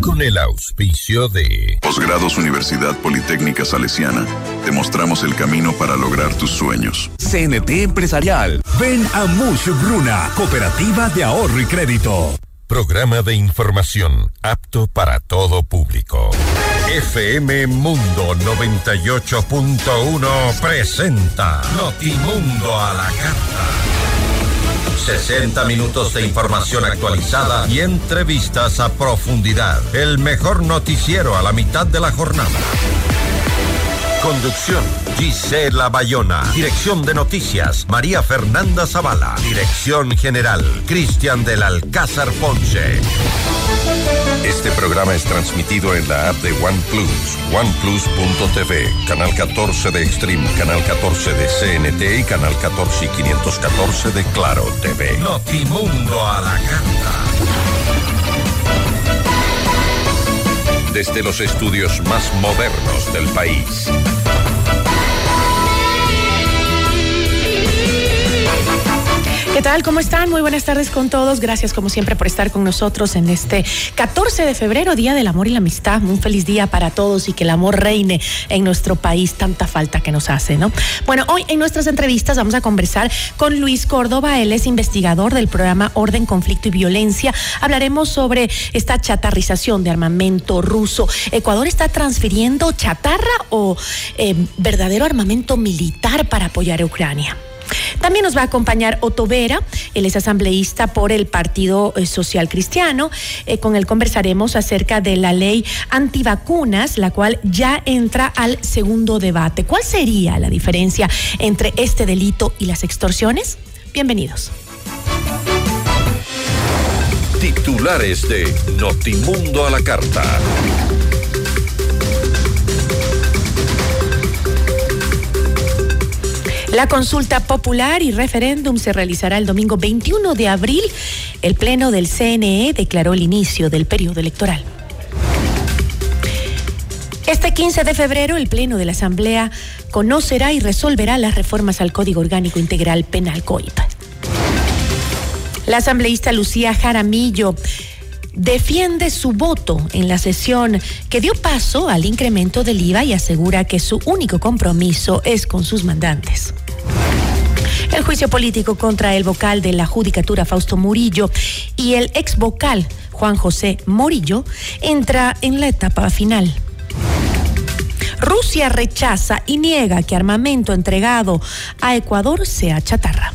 con el auspicio de Posgrados Universidad Politécnica Salesiana. Te mostramos el camino para lograr tus sueños. CNT Empresarial. Ven a Mush Bruna, Cooperativa de Ahorro y Crédito. Programa de información apto para todo público. FM Mundo 98.1 presenta Notimundo a la Carta. 60 minutos de información actualizada y entrevistas a profundidad. El mejor noticiero a la mitad de la jornada. Conducción, Gisela Bayona. Dirección de noticias, María Fernanda Zavala. Dirección general, Cristian del Alcázar Ponce. Este programa es transmitido en la app de OnePlus, oneplus.tv, canal 14 de Extreme, canal 14 de CNT y canal 14 y 514 de Claro TV. Notimundo a la Carta. Desde los estudios más modernos del país. ¿Qué tal? ¿Cómo están? Muy buenas tardes con todos. Gracias como siempre por estar con nosotros en este 14 de febrero, Día del Amor y la Amistad. Un feliz día para todos y que el amor reine en nuestro país, tanta falta que nos hace, ¿no? Bueno, hoy en nuestras entrevistas vamos a conversar con Luis Córdoba. Él es investigador del programa Orden, Conflicto y Violencia. Hablaremos sobre esta chatarrización de armamento ruso. ¿Ecuador está transfiriendo chatarra o verdadero armamento militar para apoyar a Ucrania? También nos va a acompañar Otto Vera, él es asambleísta por el Partido Social Cristiano. Con él conversaremos acerca de la ley antivacunas, la cual ya entra al segundo debate. ¿Cuál sería la diferencia entre este delito y las extorsiones? Bienvenidos. Titulares de Notimundo a la Carta. La consulta popular y referéndum se realizará el domingo 21 de abril. El Pleno del CNE declaró el inicio del periodo electoral. Este 15 de febrero, el Pleno de la Asamblea conocerá y resolverá las reformas al Código Orgánico Integral Penal COIP. La asambleísta Lucía Jaramillo defiende su voto en la sesión que dio paso al incremento del IVA y asegura que su único compromiso es con sus mandantes. El juicio político contra el vocal de la Judicatura Fausto Murillo y el ex vocal Juan José Morillo entra en la etapa final. Rusia rechaza y niega que armamento entregado a Ecuador sea chatarra.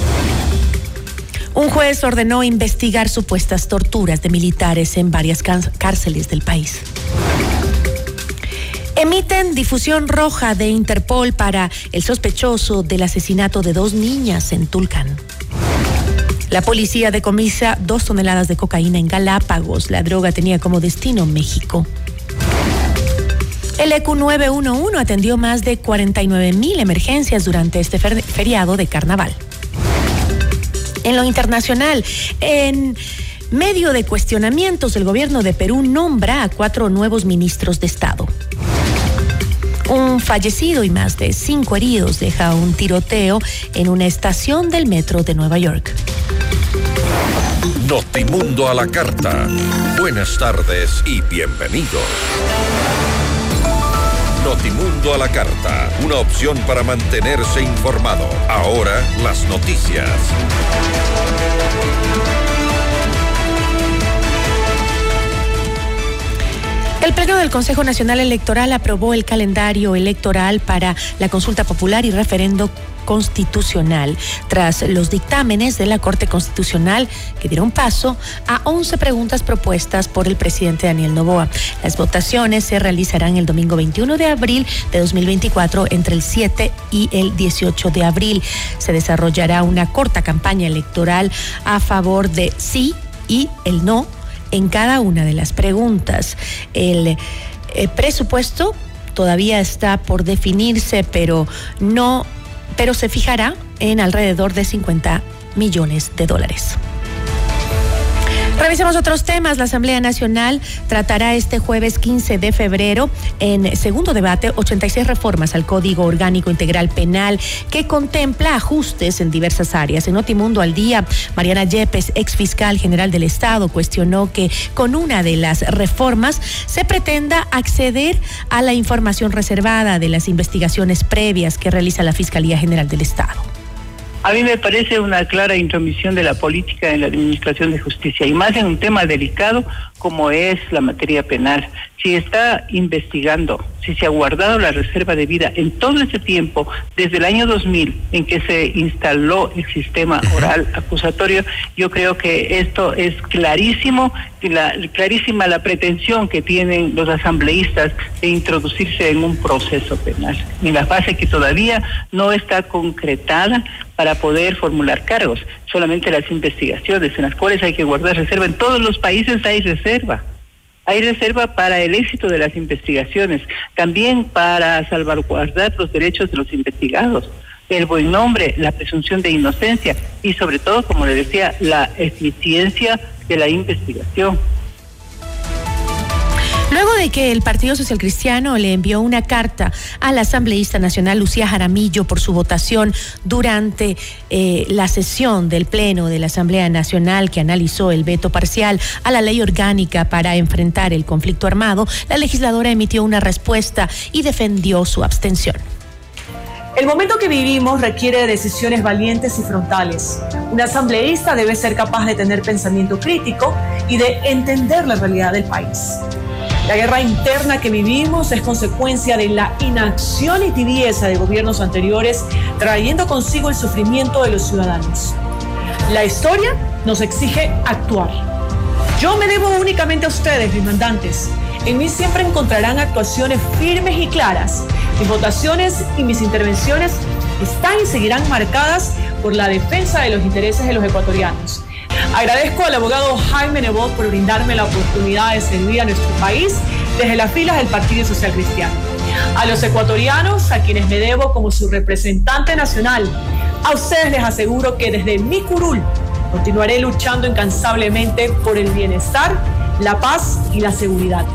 Un juez ordenó investigar supuestas torturas de militares en varias cárceles del país. Emiten difusión roja de Interpol para el sospechoso del asesinato de 2 niñas en Tulcán. La policía decomisa 2 toneladas de cocaína en Galápagos. La droga tenía como destino México. El EQ 911 atendió más de 49,000 emergencias durante este feriado de carnaval. En lo internacional, en medio de cuestionamientos, el gobierno de Perú nombra a 4 nuevos ministros de Estado. Un fallecido y más de 5 heridos deja un tiroteo en una estación del metro de Nueva York. Notimundo a la Carta. Buenas tardes y bienvenidos. Notimundo a la Carta, una opción para mantenerse informado. Ahora las noticias. El Pleno del Consejo Nacional Electoral aprobó el calendario electoral para la consulta popular y referendo constitucional, tras los dictámenes de la Corte Constitucional que dieron paso a 11 preguntas propuestas por el presidente Daniel Noboa. Las votaciones se realizarán el domingo 21 de abril de 2024 entre el 7 y el 18 de abril. Se desarrollará una corta campaña electoral a favor de sí y el no en cada una de las preguntas. El presupuesto todavía está por definirse, pero se fijará en alrededor de $50 millones. Revisemos otros temas. La Asamblea Nacional tratará este jueves 15 de febrero en segundo debate 86 reformas al Código Orgánico Integral Penal que contempla ajustes en diversas áreas. En Notimundo al Día, Mariana Yepes, ex fiscal general del Estado, cuestionó que con una de las reformas se pretenda acceder a la información reservada de las investigaciones previas que realiza la Fiscalía General del Estado. A mí me parece una clara intromisión de la política en la administración de justicia, y más en un tema delicado como es la materia penal. Si está investigando, si se ha guardado la reserva de vida en todo ese tiempo, desde el año 2000, en que se instaló el sistema oral acusatorio, yo creo que esto es clarísima la pretensión que tienen los asambleístas de introducirse en un proceso penal, en la fase que todavía no está concretada para poder formular cargos, solamente las investigaciones en las cuales hay que guardar reserva. En todos los países hay reserva. Hay reserva para el éxito de las investigaciones, también para salvaguardar los derechos de los investigados, el buen nombre, la presunción de inocencia y sobre todo, como le decía, la eficiencia de la investigación. Luego de que el Partido Social Cristiano le envió una carta a la asambleísta nacional Lucía Jaramillo por su votación durante la sesión del Pleno de la Asamblea Nacional que analizó el veto parcial a la ley orgánica para enfrentar el conflicto armado, la legisladora emitió una respuesta y defendió su abstención. El momento que vivimos requiere de decisiones valientes y frontales. Un asambleísta debe ser capaz de tener pensamiento crítico y de entender la realidad del país. La guerra interna que vivimos es consecuencia de la inacción y tibieza de gobiernos anteriores, trayendo consigo el sufrimiento de los ciudadanos. La historia nos exige actuar. Yo me debo únicamente a ustedes, mis mandantes. En mí siempre encontrarán actuaciones firmes y claras. Mis votaciones y mis intervenciones están y seguirán marcadas por la defensa de los intereses de los ecuatorianos. Agradezco al abogado Jaime Nebot por brindarme la oportunidad de servir a nuestro país desde las filas del Partido Social Cristiano. A los ecuatorianos, a quienes me debo como su representante nacional, a ustedes les aseguro que desde mi curul continuaré luchando incansablemente por el bienestar, la paz y la seguridad.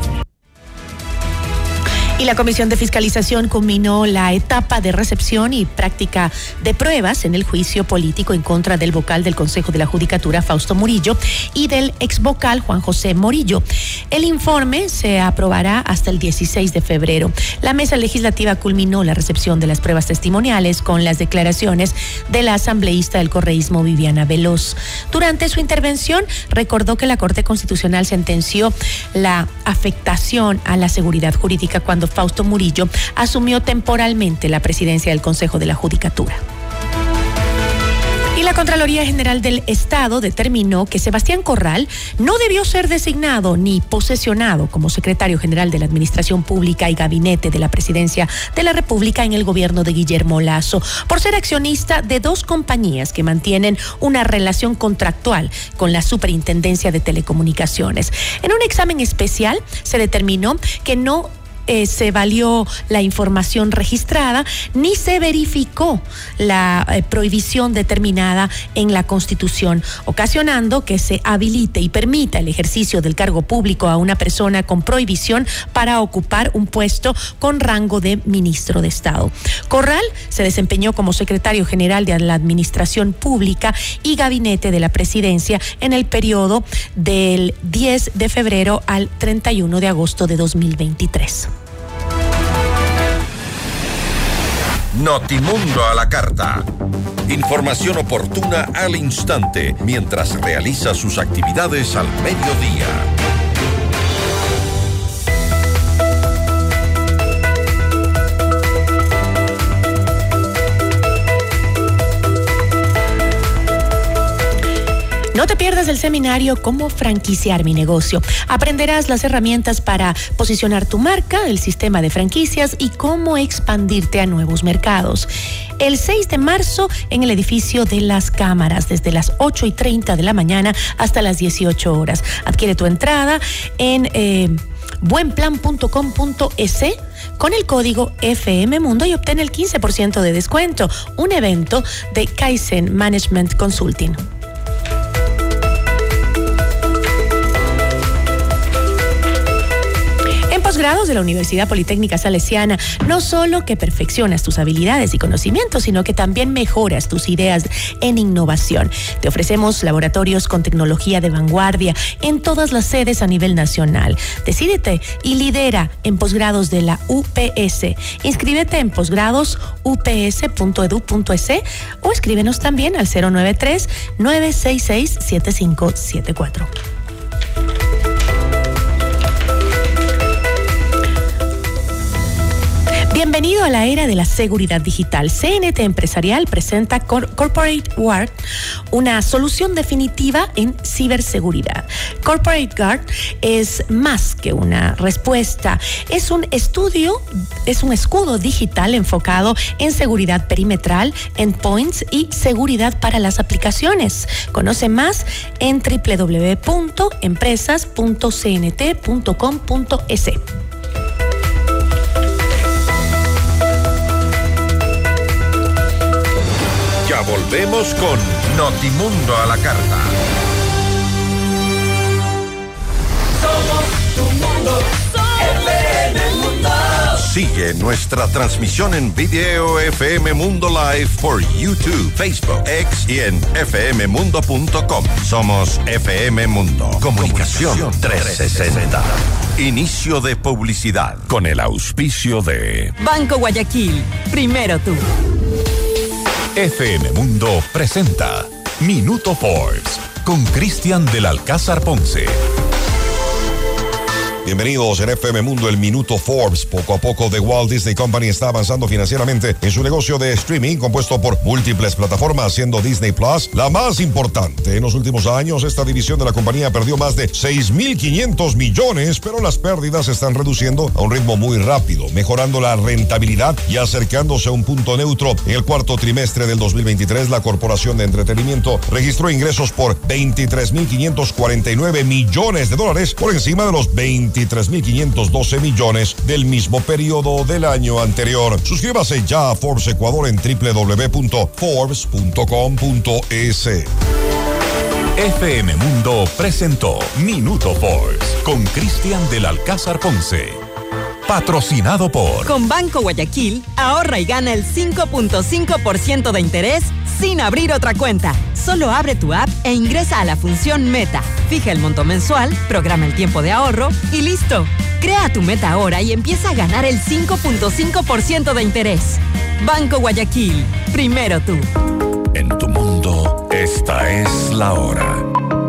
Y la Comisión de Fiscalización culminó la etapa de recepción y práctica de pruebas en el juicio político en contra del vocal del Consejo de la Judicatura, Fausto Murillo, y del exvocal Juan José Morillo. El informe se aprobará hasta el 16 de febrero. La mesa legislativa culminó la recepción de las pruebas testimoniales con las declaraciones de la asambleísta del correísmo Viviana Veloz. Durante su intervención, recordó que la Corte Constitucional sentenció la afectación a la seguridad jurídica cuando Fausto Murillo asumió temporalmente la presidencia del Consejo de la Judicatura. Y la Contraloría General del Estado determinó que Sebastián Corral no debió ser designado ni posesionado como secretario general de la Administración Pública y Gabinete de la Presidencia de la República en el gobierno de Guillermo Lasso, por ser accionista de dos compañías que mantienen una relación contractual con la Superintendencia de Telecomunicaciones. En un examen especial se determinó que no se valió la información registrada ni se verificó la prohibición determinada en la Constitución, ocasionando que se habilite y permita el ejercicio del cargo público a una persona con prohibición para ocupar un puesto con rango de ministro de Estado. Corral se desempeñó como secretario general de la Administración Pública y Gabinete de la Presidencia en el periodo del 10 de febrero al 31 de agosto de 2023. Notimundo a la carta. Información oportuna al instante mientras realiza sus actividades al mediodía. No te pierdas el seminario Cómo franquiciar mi negocio. Aprenderás las herramientas para posicionar tu marca, el sistema de franquicias y cómo expandirte a nuevos mercados. El 6 de marzo en el edificio de Las Cámaras, desde las 8:30 de la mañana hasta las 18 horas. Adquiere tu entrada en buenplan.com.es con el código FM Mundo y obtén el 15% de descuento. Un evento de Kaizen Management Consulting. posgrados de la Universidad Politécnica Salesiana, no solo que perfeccionas tus habilidades y conocimientos, sino que también mejoras tus ideas en innovación. Te ofrecemos laboratorios con tecnología de vanguardia en todas las sedes a nivel nacional. Decídete y lidera en posgrados de la UPS. Inscríbete en posgradosups.edu.es o escríbenos también al 093-966-7574. Bienvenido a la era de la seguridad digital. CNT Empresarial presenta Corporate Guard, una solución definitiva en ciberseguridad. Corporate Guard es más que una respuesta, es un escudo digital enfocado en seguridad perimetral, endpoints y seguridad para las aplicaciones. Conoce más en www.empresas.cnt.com.es. Ya volvemos con Notimundo a la carta. Somos tu mundo, FM Mundo. Sigue nuestra transmisión en video FM Mundo Live por YouTube, Facebook, X y en fmmundo.com. Somos FM Mundo. Comunicación 360. Inicio de publicidad con el auspicio de Banco Guayaquil. Primero tú. FM Mundo presenta Minuto Forbes con Cristian del Alcázar Ponce. Bienvenidos en FM Mundo, el Minuto Forbes. Poco a poco, The Walt Disney Company está avanzando financieramente en su negocio de streaming compuesto por múltiples plataformas, siendo Disney Plus la más importante. En los últimos años, esta división de la compañía perdió más de 6.500 millones, pero las pérdidas se están reduciendo a un ritmo muy rápido, mejorando la rentabilidad y acercándose a un punto neutro. En el cuarto trimestre del 2023, la Corporación de Entretenimiento registró ingresos por $23.549 millones, por encima de los 23.512 millones del mismo periodo del año anterior. Suscríbase ya a Forbes Ecuador en www.forbes.com.es. FM Mundo presentó Minuto Forbes con Cristian del Alcázar Ponce. Patrocinado por... Con Banco Guayaquil, ahorra y gana el 5.5% de interés sin abrir otra cuenta. Solo abre tu app e ingresa a la función Meta. Fija el monto mensual, programa el tiempo de ahorro y listo. Crea tu meta ahora y empieza a ganar el 5.5% de interés. Banco Guayaquil, primero tú. En tu mundo, esta es la hora.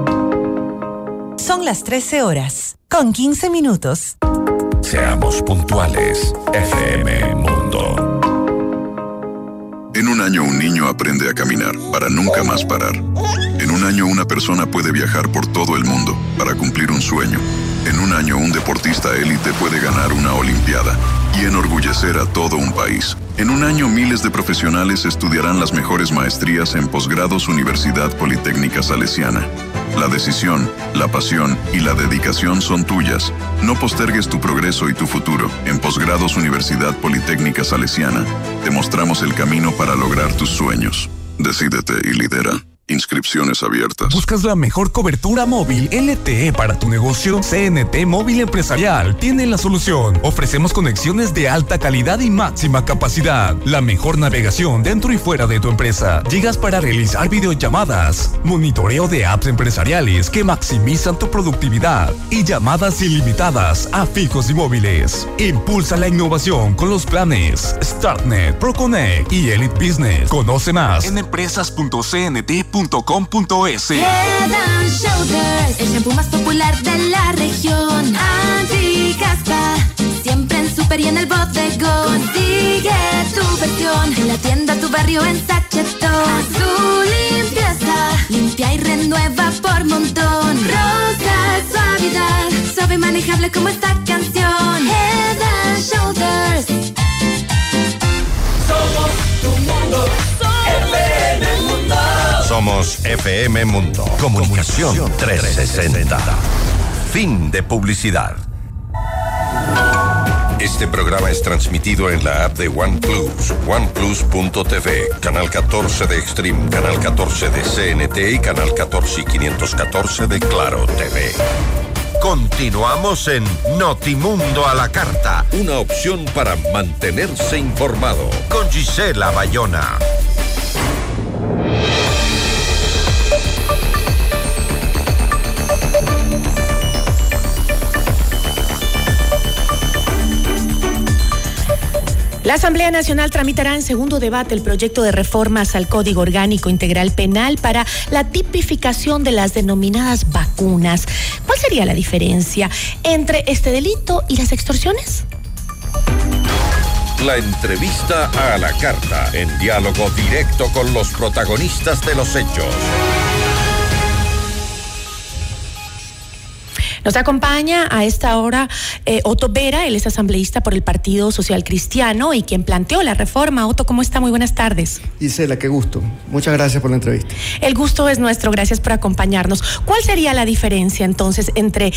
Son las 13 horas, con 15 minutos. Seamos puntuales, FM Mundo. En un año un niño aprende a caminar para nunca más parar. En un año una persona puede viajar por todo el mundo para cumplir un sueño. En un año un deportista élite puede ganar una olimpiada y enorgullecer a todo un país. En un año miles de profesionales estudiarán las mejores maestrías en posgrados Universidad Politécnica Salesiana. La decisión, la pasión y la dedicación son tuyas. No postergues tu progreso y tu futuro. En posgrados Universidad Politécnica Salesiana, te mostramos el camino para lograr tus sueños. Decídete y lidera. Inscripciones abiertas. ¿Buscas la mejor cobertura móvil LTE para tu negocio? CNT Móvil Empresarial tiene la solución. Ofrecemos conexiones de alta calidad y máxima capacidad. La mejor navegación dentro y fuera de tu empresa. Gigas para realizar videollamadas. Monitoreo de apps empresariales que maximizan tu productividad. Y llamadas ilimitadas a fijos y móviles. Impulsa la innovación con los planes StartNet, ProConnect y Elite Business. Conoce más en empresas.cnt.com.es. Head & Shoulders, el shampoo más popular de la región. Anti-caspa, siempre en super y en el bodegón. Consigue tu versión en la tienda, tu barrio, en sachetón. Azul limpieza, limpia y renueva por montón. Rosa suavidad, suave y manejable como esta canción. Head & Shoulders. Somos tu mundo, FM Mundo. Somos FM Mundo. Comunicación 360. Fin de publicidad. Este programa es transmitido en la app de OnePlus, OnePlus.tv, Canal 14 de Extreme, Canal 14 de CNT y Canal 14 y 514 de Claro TV. Continuamos en Notimundo a la Carta. Una opción para mantenerse informado. Con Gisela Bayona. La Asamblea Nacional tramitará en segundo debate el proyecto de reformas al Código Orgánico Integral Penal para la tipificación de las denominadas vacunas. ¿Cuál sería la diferencia entre este delito y las extorsiones? La entrevista a la carta, en diálogo directo con los protagonistas de los hechos. Nos acompaña a esta hora Otto Vera, él es asambleísta por el Partido Social Cristiano y quien planteó la reforma. Otto, ¿cómo está? Muy buenas tardes. Gisela, qué gusto. Muchas gracias por la entrevista. El gusto es nuestro, gracias por acompañarnos. ¿Cuál sería la diferencia entonces entre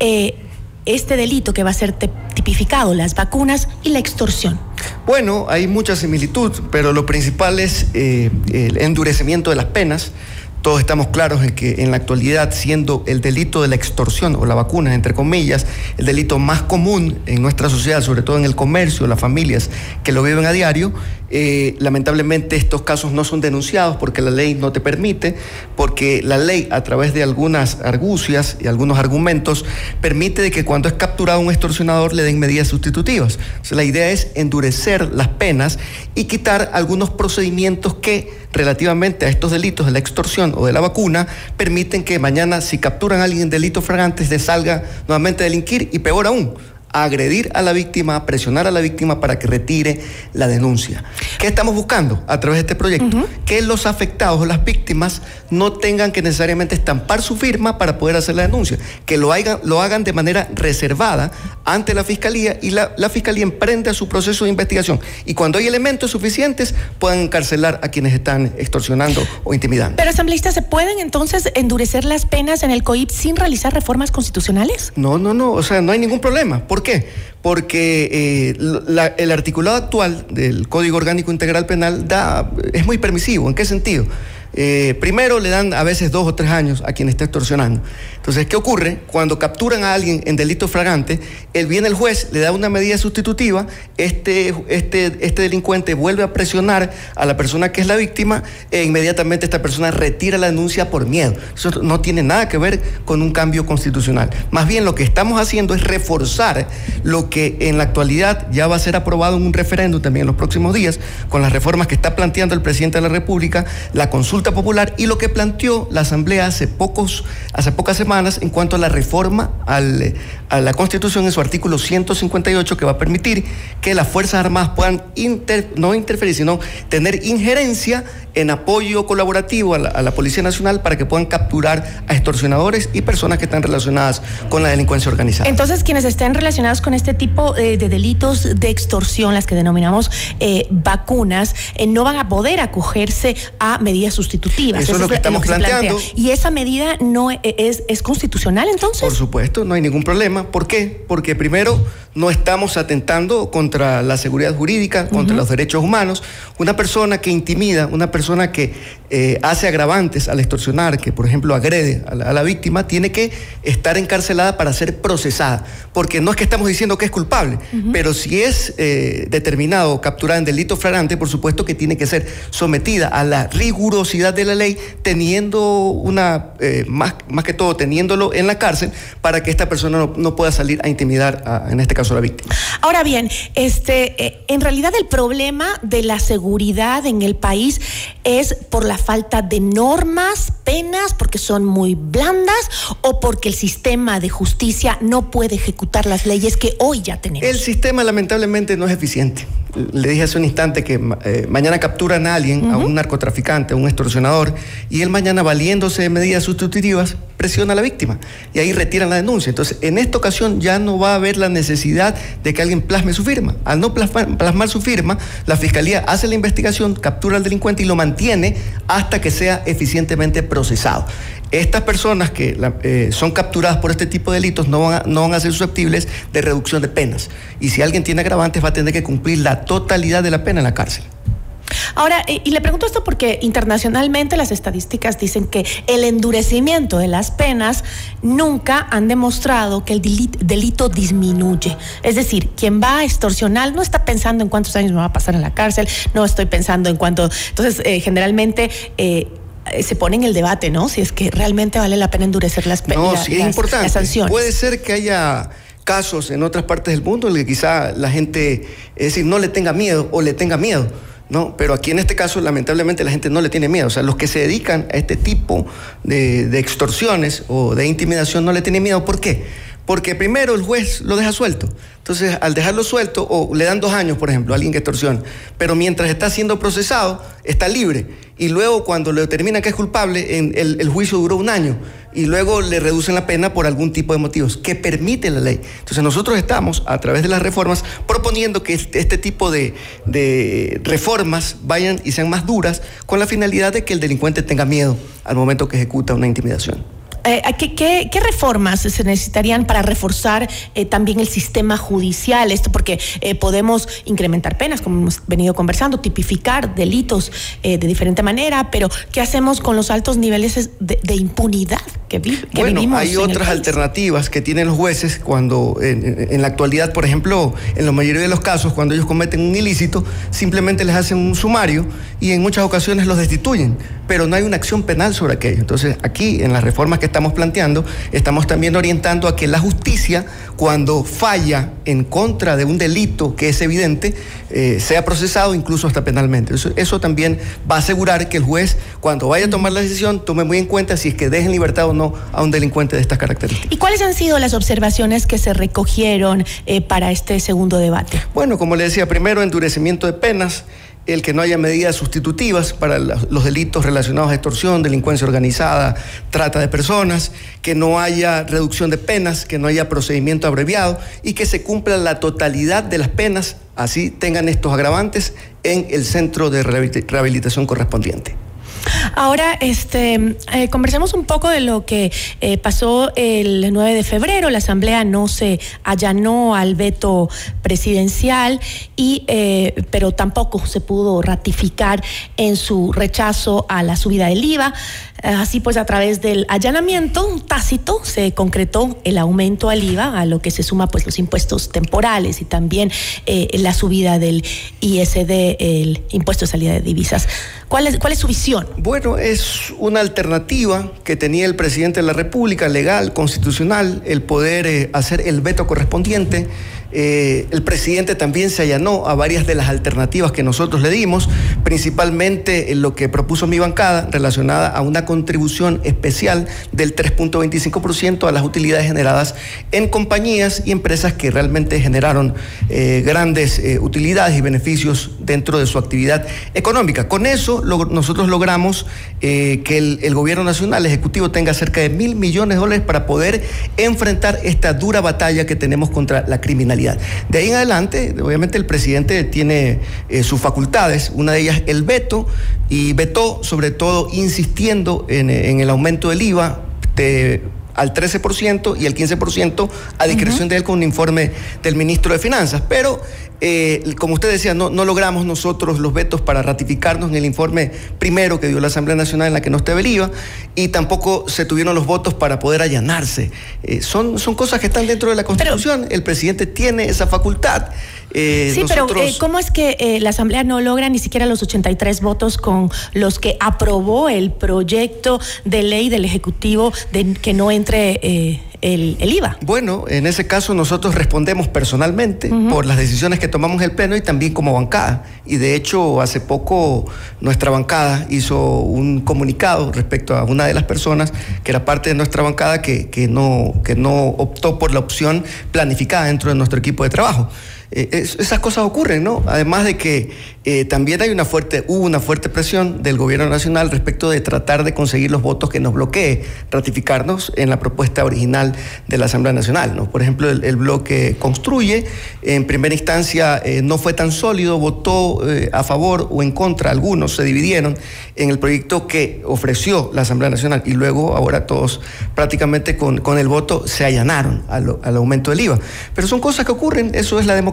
este delito que va a ser tipificado, las vacunas, y la extorsión? Bueno, hay mucha similitud, pero lo principal es el endurecimiento de las penas. Todos estamos claros en que en la actualidad, siendo el delito de la extorsión o la vacuna, entre comillas, el delito más común en nuestra sociedad, sobre todo en el comercio, las familias que lo viven a diario, lamentablemente estos casos no son denunciados porque la ley no te permite, porque la ley, a través de algunas argucias y algunos argumentos, permite de que cuando es capturado un extorsionador le den medidas sustitutivas. Entonces, la idea es endurecer las penas y quitar algunos procedimientos que relativamente a estos delitos de la extorsión o de la vacuna permiten que mañana, si capturan a alguien en delitos flagrantes, le salga nuevamente a delinquir y, peor aún, a agredir a la víctima, a presionar a la víctima para que retire la denuncia. ¿Qué estamos buscando a través de este proyecto? Que los afectados o las víctimas no tengan que necesariamente estampar su firma para poder hacer la denuncia, que lo hagan de manera reservada ante la Fiscalía y la Fiscalía emprenda su proceso de investigación y cuando hay elementos suficientes puedan encarcelar a quienes están extorsionando o intimidando. Pero, asambleístas, ¿se pueden entonces endurecer las penas en el COIP sin realizar reformas constitucionales? No, o sea, no hay ningún problema. ¿Por qué? Porque el articulado actual del Código Orgánico Integral Penal es muy permisivo. ¿En qué sentido? Primero le dan a veces 2 o 3 años a quien está extorsionando. Entonces, ¿qué ocurre? Cuando capturan a alguien en delito flagrante, viene el juez, le da una medida sustitutiva, este delincuente vuelve a presionar a la persona que es la víctima e inmediatamente esta persona retira la denuncia por miedo. Eso no tiene nada que ver con un cambio constitucional. Más bien lo que estamos haciendo es reforzar lo que en la actualidad ya va a ser aprobado en un referéndum también en los próximos días, con las reformas que está planteando el presidente de la República, la consulta popular y lo que planteó la Asamblea hace pocas semanas en cuanto a la reforma a la Constitución en su artículo 158, que va a permitir que las Fuerzas Armadas puedan no interferir, sino tener injerencia en apoyo colaborativo a la Policía Nacional para que puedan capturar a extorsionadores y personas que están relacionadas con la delincuencia organizada. Entonces, quienes estén relacionados con este tipo de delitos de extorsión, las que denominamos vacunas, no van a poder acogerse a medidas sustitutivas. Eso es lo que estamos planteando. ¿Y esa medida no es constitucional entonces? Por supuesto, no hay ningún problema. ¿Por qué? Porque primero no estamos atentando contra la seguridad jurídica, contra los derechos humanos. Una persona que intimida, una persona que hace agravantes al extorsionar, que por ejemplo agrede a la víctima, tiene que estar encarcelada para ser procesada. Porque no es que estamos diciendo que es culpable, pero si es determinado capturada en delito flagrante, por supuesto que tiene que ser sometida a la rigurosidad de la ley, teniendo más que todo teniéndolo en la cárcel para que esta persona no pueda salir a intimidar en este caso a la víctima. Ahora bien, en realidad el problema de la seguridad en el país es por la falta de normas, penas, porque son muy blandas, o porque el sistema de justicia no puede ejecutar las leyes que hoy ya tenemos. El sistema lamentablemente no es eficiente. Le dije hace un instante que mañana capturan a alguien, a un narcotraficante, a un extorsionador, y él mañana, valiéndose de medidas sustitutivas, presiona a la víctima y ahí retiran la denuncia. Entonces, en esta ocasión ya no va a haber la necesidad de que alguien plasme su firma. Al no plasmar su firma, la Fiscalía hace la investigación, captura al delincuente y lo mantiene hasta que sea eficientemente procesado. Estas personas que son capturadas por este tipo de delitos no van a ser susceptibles de reducción de penas. Y si alguien tiene agravantes, va a tener que cumplir la totalidad de la pena en la cárcel. Ahora, y le pregunto esto porque internacionalmente las estadísticas dicen que el endurecimiento de las penas nunca han demostrado que el delito disminuye. Es decir, quien va a extorsionar no está pensando en cuántos años me va a pasar en la cárcel, no estoy pensando en cuánto. Entonces, generalmente se pone en el debate, ¿no? Si es que realmente vale la pena endurecer las penas. No, sí, es importante. Las sanciones. Puede ser que haya casos en otras partes del mundo en el que quizá la gente, es decir, no le tenga miedo o le tenga miedo, ¿no? Pero aquí en este caso, lamentablemente, la gente no le tiene miedo. O sea, los que se dedican a este tipo de extorsiones o de intimidación no le tienen miedo. ¿Por qué? Porque primero el juez lo deja suelto. Entonces, al dejarlo suelto, o le dan 2 años, por ejemplo, a alguien que extorsiona, pero mientras está siendo procesado, está libre. Y luego, cuando le determinan que es culpable, el juicio duró 1 año. Y luego le reducen la pena por algún tipo de motivos que permite la ley. Entonces, nosotros estamos, a través de las reformas, proponiendo que este tipo de reformas vayan y sean más duras, con la finalidad de que el delincuente tenga miedo al momento que ejecuta una intimidación. ¿Qué reformas se necesitarían para reforzar también el sistema judicial? Esto porque podemos incrementar penas, como hemos venido conversando, tipificar delitos de diferente manera, pero ¿qué hacemos con los altos niveles de impunidad que vivimos? Hay otras alternativas que tienen los jueces cuando en la actualidad, por ejemplo, en la mayoría de los casos, cuando ellos cometen un ilícito, simplemente les hacen un sumario y en muchas ocasiones los destituyen, pero no hay una acción penal sobre aquello. Entonces, aquí, en las reformas que estamos planteando, estamos también orientando a que la justicia, cuando falla en contra de un delito que es evidente, sea procesado incluso hasta penalmente. Eso también va a asegurar que el juez, cuando vaya a tomar la decisión, tome muy en cuenta si es que deja en libertad o no a un delincuente de estas características. ¿Y cuáles han sido las observaciones que se recogieron para este segundo debate? Bueno, como le decía, primero, endurecimiento de penas, el que no haya medidas sustitutivas para los delitos relacionados a extorsión, delincuencia organizada, trata de personas, que no haya reducción de penas, que no haya procedimiento abreviado y que se cumpla la totalidad de las penas, así tengan estos agravantes en el centro de rehabilitación correspondiente. Ahora, conversemos un poco de lo que pasó el 9 de febrero. La Asamblea no se allanó al veto presidencial, pero tampoco se pudo ratificar en su rechazo a la subida del IVA. Así pues, a través del allanamiento tácito se concretó el aumento al IVA, a lo que se suma pues los impuestos temporales y también la subida del ISD, el impuesto de salida de divisas. ¿Cuál es su visión? Bueno, es una alternativa que tenía el presidente de la República, legal, constitucional, el poder hacer el veto correspondiente. El presidente también se allanó a varias de las alternativas que nosotros le dimos, principalmente en lo que propuso mi bancada relacionada a una contribución especial del 3.25% a las utilidades generadas en compañías y empresas que realmente generaron grandes utilidades y beneficios dentro de su actividad económica. Con eso nosotros logramos que el gobierno nacional, el ejecutivo, tenga cerca de $1.000 millones para poder enfrentar esta dura batalla que tenemos contra la criminalidad. De ahí en adelante, obviamente, el presidente tiene sus facultades, una de ellas el veto, y vetó sobre todo insistiendo en el aumento del IVA al 13% y el 15% a discreción de él con un informe del ministro de Finanzas. Pero, como usted decía, no logramos nosotros los vetos para ratificarnos en el informe primero que dio la Asamblea Nacional en la que no estaba el IVA, y tampoco se tuvieron los votos para poder allanarse. Son cosas que están dentro de la Constitución. Pero el presidente tiene esa facultad. Sí, pero ¿cómo es que la Asamblea no logra ni siquiera los 83 votos con los que aprobó el proyecto de ley del Ejecutivo de que no entre el IVA? Bueno, en ese caso nosotros respondemos personalmente por las decisiones que tomamos en el Pleno y también como bancada. Y de hecho, hace poco nuestra bancada hizo un comunicado respecto a una de las personas que era parte de nuestra bancada que no optó por la opción planificada dentro de nuestro equipo de trabajo. Esas cosas ocurren, ¿no? Además de que también hubo una fuerte presión del gobierno nacional respecto de tratar de conseguir los votos que nos bloquee ratificarnos en la propuesta original de la Asamblea Nacional, ¿no? Por ejemplo, el bloque Construye, en primera instancia no fue tan sólido, votó a favor o en contra, algunos se dividieron en el proyecto que ofreció la Asamblea Nacional, y luego ahora todos prácticamente con el voto se allanaron al aumento del IVA. Pero son cosas que ocurren, eso es la democracia.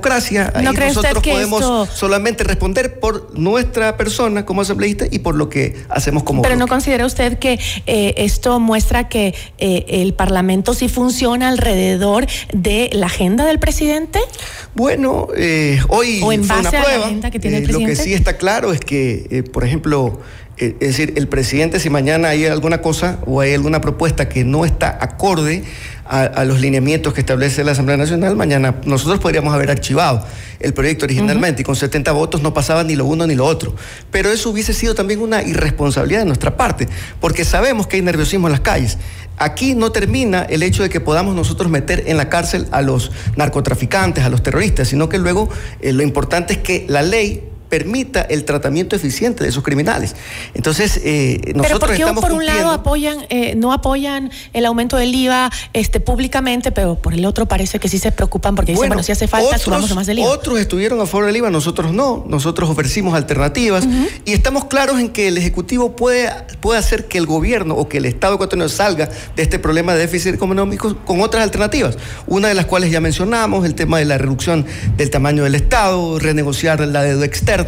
democracia. Ahí ¿No cree nosotros usted que podemos solamente responder por nuestra persona como asambleísta y por lo que hacemos como Pero bloque. ¿no considera usted que esto muestra que el Parlamento sí funciona alrededor de la agenda del presidente? Bueno, hoy ¿O en fue una base a la prueba. agenda que tiene el Lo que presidente? sí está claro es que, por ejemplo, es decir, el presidente, si mañana hay alguna cosa o hay alguna propuesta que no está acorde a los lineamientos que establece la Asamblea Nacional, mañana nosotros podríamos haber archivado el proyecto originalmente y con 70 votos no pasaba ni lo uno ni lo otro. Pero eso hubiese sido también una irresponsabilidad de nuestra parte, porque sabemos que hay nerviosismo en las calles. Aquí no termina el hecho de que podamos nosotros meter en la cárcel a los narcotraficantes, a los terroristas, sino que luego lo importante es que la ley permita el tratamiento eficiente de esos criminales. Entonces, nosotros pero ¿por qué estamos por un lado cumpliendo. no apoyan el aumento del IVA públicamente, pero por el otro parece que sí se preocupan porque dicen, bueno, si hace falta, subamos más del IVA? Otros estuvieron a favor del IVA, nosotros no. Nosotros ofrecimos alternativas y estamos claros en que el Ejecutivo puede hacer que el gobierno o que el Estado ecuatoriano salga de este problema de déficit económico con otras alternativas. Una de las cuales ya mencionamos, el tema de la reducción del tamaño del Estado, renegociar la deuda externa,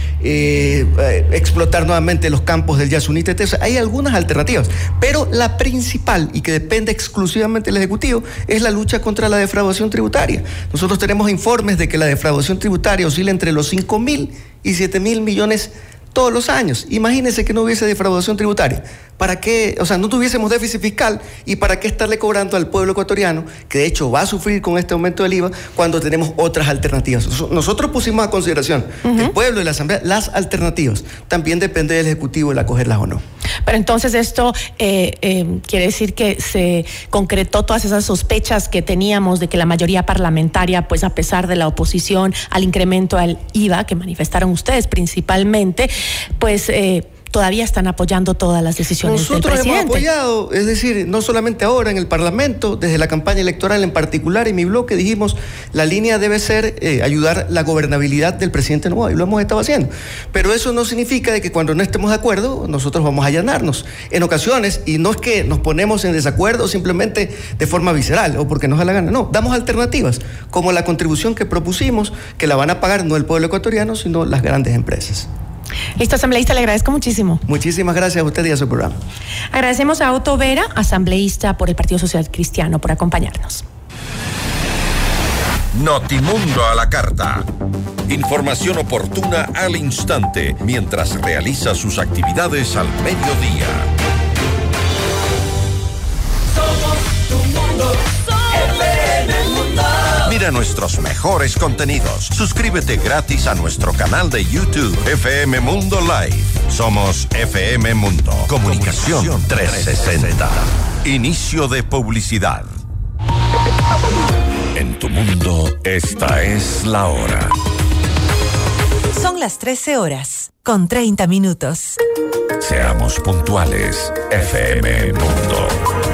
explotar nuevamente los campos del Yasuní. Hay algunas alternativas, pero la principal y que depende exclusivamente del Ejecutivo es la lucha contra la defraudación tributaria. Nosotros tenemos informes de que la defraudación tributaria oscila entre los 5.000 y 7.000 millones todos los años. Imagínense que no hubiese defraudación tributaria. ¿Para qué? O sea, no tuviésemos déficit fiscal y para qué estarle cobrando al pueblo ecuatoriano, que de hecho va a sufrir con este aumento del IVA, cuando tenemos otras alternativas. Nosotros pusimos a consideración el pueblo y la Asamblea las alternativas. También depende del Ejecutivo el acogerlas o no. Pero entonces esto quiere decir que se concretó todas esas sospechas que teníamos de que la mayoría parlamentaria, pues a pesar de la oposición al incremento al IVA que manifestaron ustedes principalmente, pues todavía están apoyando todas las decisiones del presidente. Nosotros hemos apoyado, es decir, no solamente ahora en el Parlamento, desde la campaña electoral en particular, en mi bloque dijimos, la línea debe ser ayudar la gobernabilidad del presidente Noboa, y lo hemos estado haciendo. Pero eso no significa de que cuando no estemos de acuerdo, nosotros vamos a allanarnos. En ocasiones, y no es que nos ponemos en desacuerdo simplemente de forma visceral o porque nos da la gana, no, damos alternativas, como la contribución que propusimos, que la van a pagar no el pueblo ecuatoriano, sino las grandes empresas. Listo, asambleísta, le agradezco muchísimo. Muchísimas gracias a usted y a su programa. Agradecemos a Otto Vera, asambleísta por el Partido Social Cristiano, por acompañarnos. Notimundo a la carta. Información oportuna al instante mientras realiza sus actividades al mediodía. Somos tu mundo, FM Mundo. Mira nuestros mejores contenidos. Suscríbete gratis a nuestro canal de YouTube, FM Mundo Live. Somos FM Mundo. Comunicación 360. Inicio de publicidad. En tu mundo, esta es la hora. Son las 13 horas, con 30 minutos. Seamos puntuales, FM Mundo.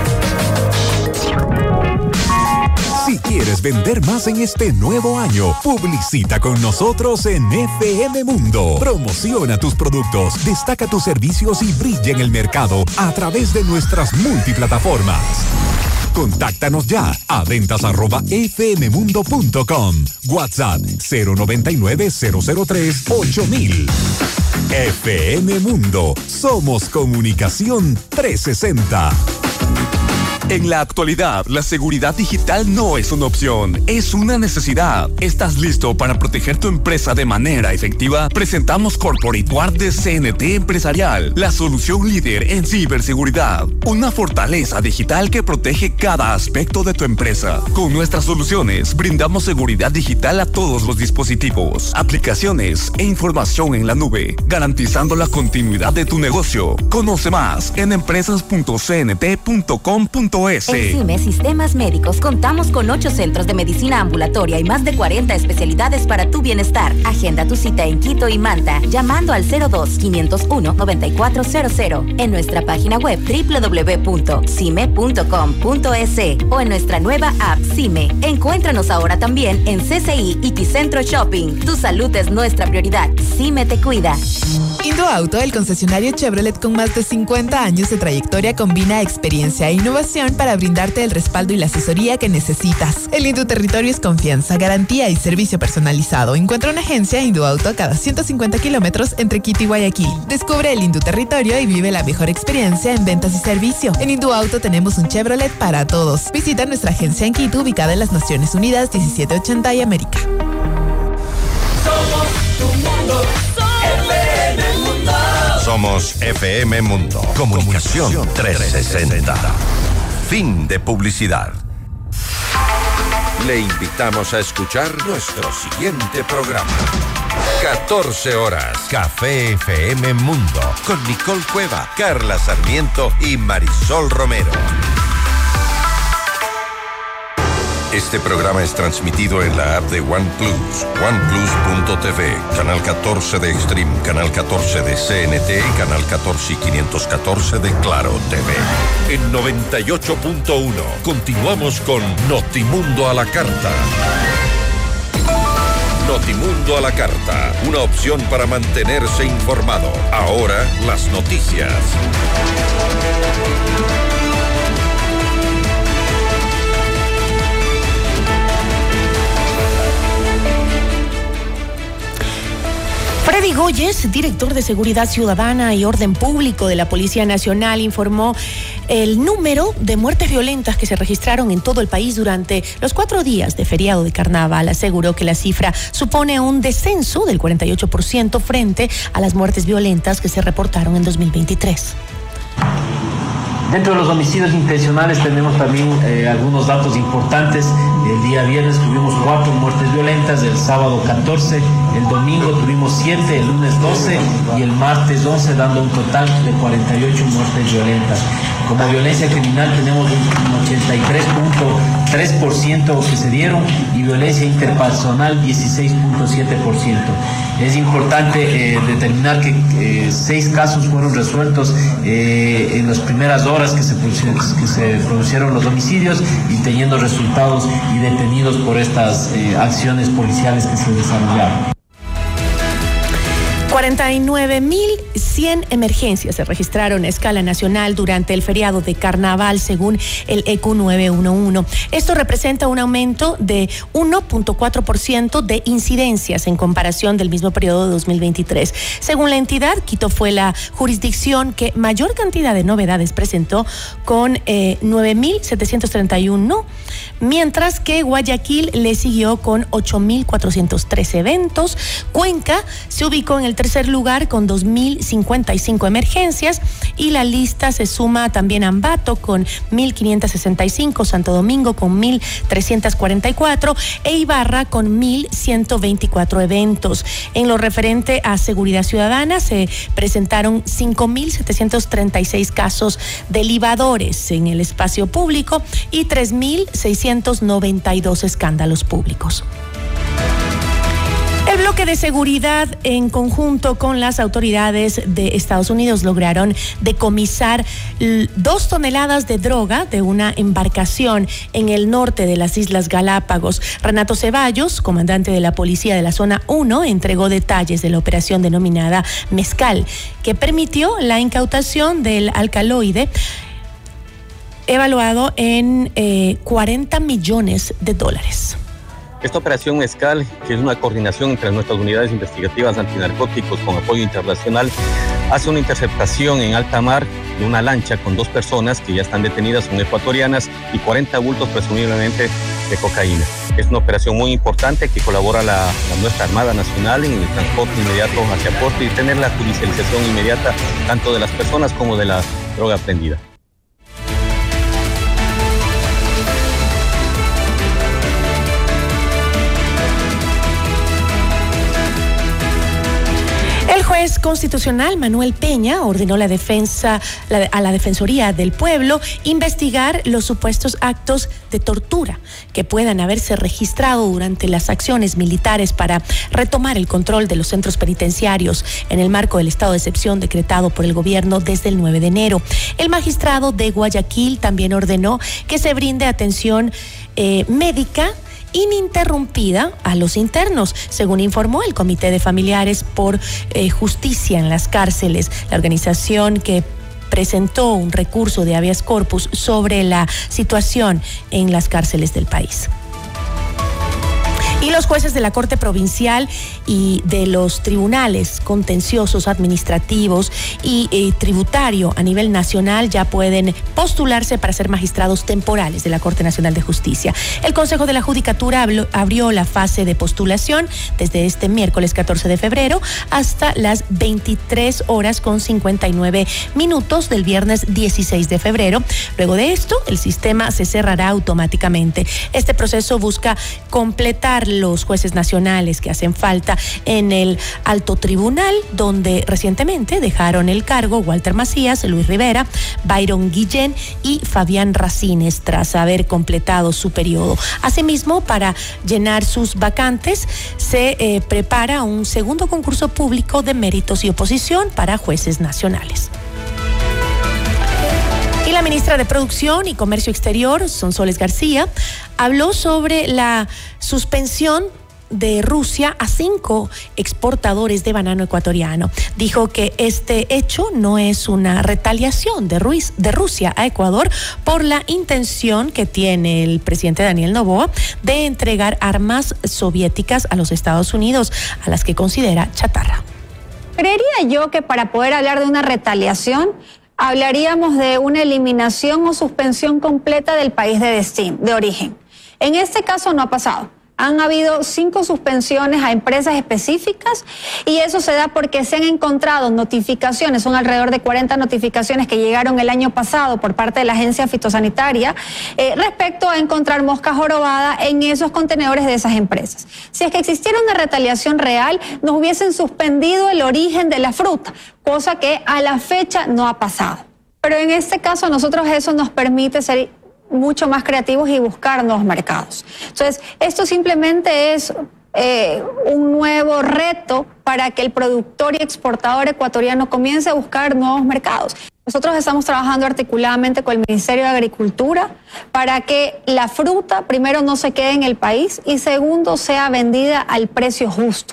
Si quieres vender más en este nuevo año, publicita con nosotros en FM Mundo. Promociona tus productos, destaca tus servicios y brilla en el mercado a través de nuestras multiplataformas. Contáctanos ya a ventas@fmmundo.com. WhatsApp 099-003-8000. FM Mundo. Somos Comunicación 360. En la actualidad, la seguridad digital no es una opción, es una necesidad. ¿Estás listo para proteger tu empresa de manera efectiva? Presentamos Corporate Guard de CNT Empresarial, la solución líder en ciberseguridad. Una fortaleza digital que protege cada aspecto de tu empresa. Con nuestras soluciones, brindamos seguridad digital a todos los dispositivos, aplicaciones e información en la nube, garantizando la continuidad de tu negocio. Conoce más en empresas.cnt.com.es. En CIME Sistemas Médicos contamos con 8 centros de medicina ambulatoria y más de 40 especialidades para tu bienestar. Agenda tu cita en Quito y Manta llamando al 02-501-9400 en nuestra página web www.cime.com.es o en nuestra nueva app CIME. Encuéntranos ahora también en CCI y Ticentro Shopping. Tu salud es nuestra prioridad. CIME te cuida. Indoauto, el concesionario Chevrolet con más de 50 años de trayectoria, combina experiencia e innovación disposición para brindarte el respaldo y la asesoría que necesitas. El Induterritorio es confianza, garantía y servicio personalizado. Encuentra una agencia Induauto a cada 150 kilómetros entre Quito y Guayaquil. Descubre el Induterritorio y vive la mejor experiencia en ventas y servicio. En Induauto tenemos un Chevrolet para todos. Visita nuestra agencia en Quito, ubicada en las Naciones Unidas 1780 y América. Somos tu mundo, FM Mundo. Somos FM Mundo. Comunicación 360. Fin de publicidad. Le invitamos a escuchar nuestro siguiente programa. 14 horas. Café FM Mundo. Con Nicole Cueva, Carla Sarmiento y Marisol Romero. Este programa es transmitido en la app de OnePlus, oneplus.tv, canal 14 de Extreme, canal 14 de CNT y canal 14 y 514 de Claro TV. En 98.1 continuamos con Notimundo a la Carta. Notimundo a la Carta, una opción para mantenerse informado. Ahora las noticias. Freddy Goyes, director de Seguridad Ciudadana y Orden Público de la Policía Nacional, informó el número de muertes violentas que se registraron en todo el país durante los 4 días de feriado de carnaval. Aseguró que la cifra supone un descenso del 48% frente a las muertes violentas que se reportaron en 2023. Dentro de los homicidios intencionales tenemos también algunos datos importantes. El día viernes tuvimos 4 muertes violentas, el sábado 14, el domingo tuvimos 7, el lunes 12 y el martes 11, dando un total de 48 muertes violentas. Como violencia criminal tenemos un 83.3% que se dieron y violencia interpersonal 16.7%. Es importante determinar que 6 casos fueron resueltos en las primeras horas que se produjeron los homicidios y teniendo resultados y detenidos por estas acciones policiales que se desarrollaron. 49.100 emergencias se registraron a escala nacional durante el feriado de carnaval, según el ECU 911. Esto representa un aumento de 1.4% de incidencias en comparación del mismo periodo de 2023. Según la entidad, Quito fue la jurisdicción que mayor cantidad de novedades presentó, con 9.731, mientras que Guayaquil le siguió con 8.403 eventos. Cuenca se ubicó en el tercer lugar con 2.055 emergencias y la lista se suma también a Ambato con 1.565, Santo Domingo con 1.344 e Ibarra con 1.124 eventos. En lo referente a seguridad ciudadana se presentaron 5.736 casos de libadores en el espacio público y 3.692 escándalos públicos. El bloque de seguridad, en conjunto con las autoridades de Estados Unidos, lograron decomisar 2 toneladas de droga de una embarcación en el norte de las Islas Galápagos. Renato Ceballos, comandante de la Policía de la Zona 1, entregó detalles de la operación denominada Mezcal, que permitió la incautación del alcaloide evaluado en $40 millones. Esta operación Mezcal, que es una coordinación entre nuestras unidades investigativas antinarcóticos con apoyo internacional, hace una interceptación en alta mar de una lancha con 2 personas que ya están detenidas, son ecuatorianas, y 40 bultos presumiblemente de cocaína. Es una operación muy importante que colabora nuestra Armada Nacional en el transporte inmediato hacia puerto y tener la judicialización inmediata tanto de las personas como de la droga aprehendida. El juez constitucional Manuel Peña ordenó a la Defensoría del Pueblo investigar los supuestos actos de tortura que puedan haberse registrado durante las acciones militares para retomar el control de los centros penitenciarios en el marco del estado de excepción decretado por el gobierno desde el 9 de enero. El magistrado de Guayaquil también ordenó que se brinde atención médica ininterrumpida a los internos, según informó el Comité de Familiares por Justicia en las Cárceles, la organización que presentó un recurso de habeas corpus sobre la situación en las cárceles del país. Y los jueces de la Corte Provincial y de los tribunales contenciosos administrativos y tributario a nivel nacional ya pueden postularse para ser magistrados temporales de la Corte Nacional de Justicia. El Consejo de la Judicatura abrió la fase de postulación desde este miércoles 14 de febrero hasta las 23:59 del viernes 16 de febrero. Luego de esto, el sistema se cerrará automáticamente. Este proceso busca completar los jueces nacionales que hacen falta en el Alto Tribunal, donde recientemente dejaron el cargo Walter Macías, Luis Rivera, Byron Guillén y Fabián Racines tras haber completado su periodo. Asimismo, para llenar sus vacantes, se prepara un segundo concurso público de méritos y oposición para jueces nacionales. Y la ministra de Producción y Comercio Exterior, Sonsoles García, habló sobre la suspensión de Rusia a 5 exportadores de banano ecuatoriano. Dijo que este hecho no es una retaliación de Rusia a Ecuador por la intención que tiene el presidente Daniel Noboa de entregar armas soviéticas a los Estados Unidos, a las que considera chatarra. Creería yo que para poder hablar de una retaliación, hablaríamos de una eliminación o suspensión completa del país de origen. En este caso no ha pasado. Han habido 5 suspensiones a empresas específicas y eso se da porque se han encontrado notificaciones, son alrededor de 40 notificaciones que llegaron el año pasado por parte de la agencia fitosanitaria respecto a encontrar mosca jorobada en esos contenedores de esas empresas. Si es que existiera una retaliación real, nos hubiesen suspendido el origen de la fruta, cosa que a la fecha no ha pasado. Pero en este caso a nosotros eso nos permite ser mucho más creativos y buscar nuevos mercados. Entonces, esto simplemente es un nuevo reto para que el productor y exportador ecuatoriano comience a buscar nuevos mercados. Nosotros estamos trabajando articuladamente con el Ministerio de Agricultura para que la fruta, primero, no se quede en el país y segundo, sea vendida al precio justo.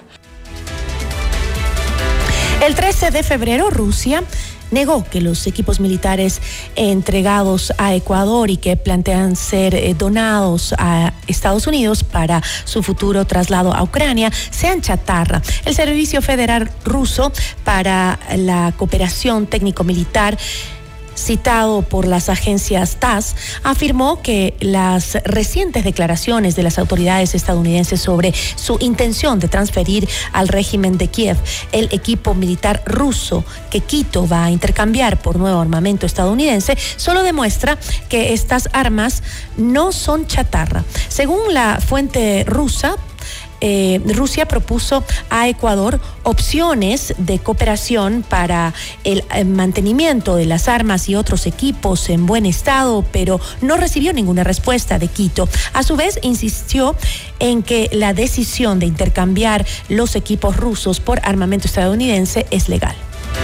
El 13 de febrero, Rusia negó que los equipos militares entregados a Ecuador y que plantean ser donados a Estados Unidos para su futuro traslado a Ucrania sean chatarra. El Servicio Federal Ruso para la Cooperación Técnico-Militar, citado por las agencias TASS, afirmó que las recientes declaraciones de las autoridades estadounidenses sobre su intención de transferir al régimen de Kiev el equipo militar ruso que Quito va a intercambiar por nuevo armamento estadounidense solo demuestra que estas armas no son chatarra. Según la fuente rusa, Rusia propuso a Ecuador opciones de cooperación para el mantenimiento de las armas y otros equipos en buen estado, pero no recibió ninguna respuesta de Quito. A su vez, insistió en que la decisión de intercambiar los equipos rusos por armamento estadounidense es legal.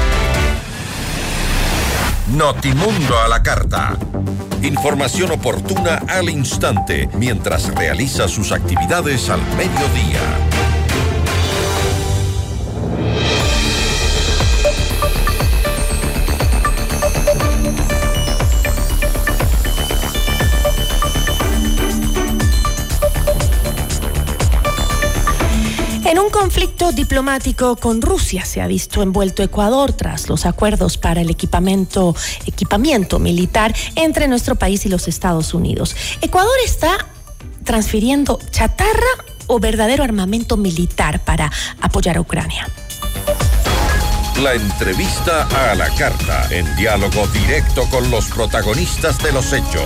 Notimundo a la carta. Información oportuna al instante mientras realiza sus actividades al mediodía. En un conflicto diplomático con Rusia se ha visto envuelto Ecuador tras los acuerdos para el equipamiento militar entre nuestro país y los Estados Unidos. ¿Ecuador está transfiriendo chatarra o verdadero armamento militar para apoyar a Ucrania? La entrevista a la carta, en diálogo directo con los protagonistas de los hechos.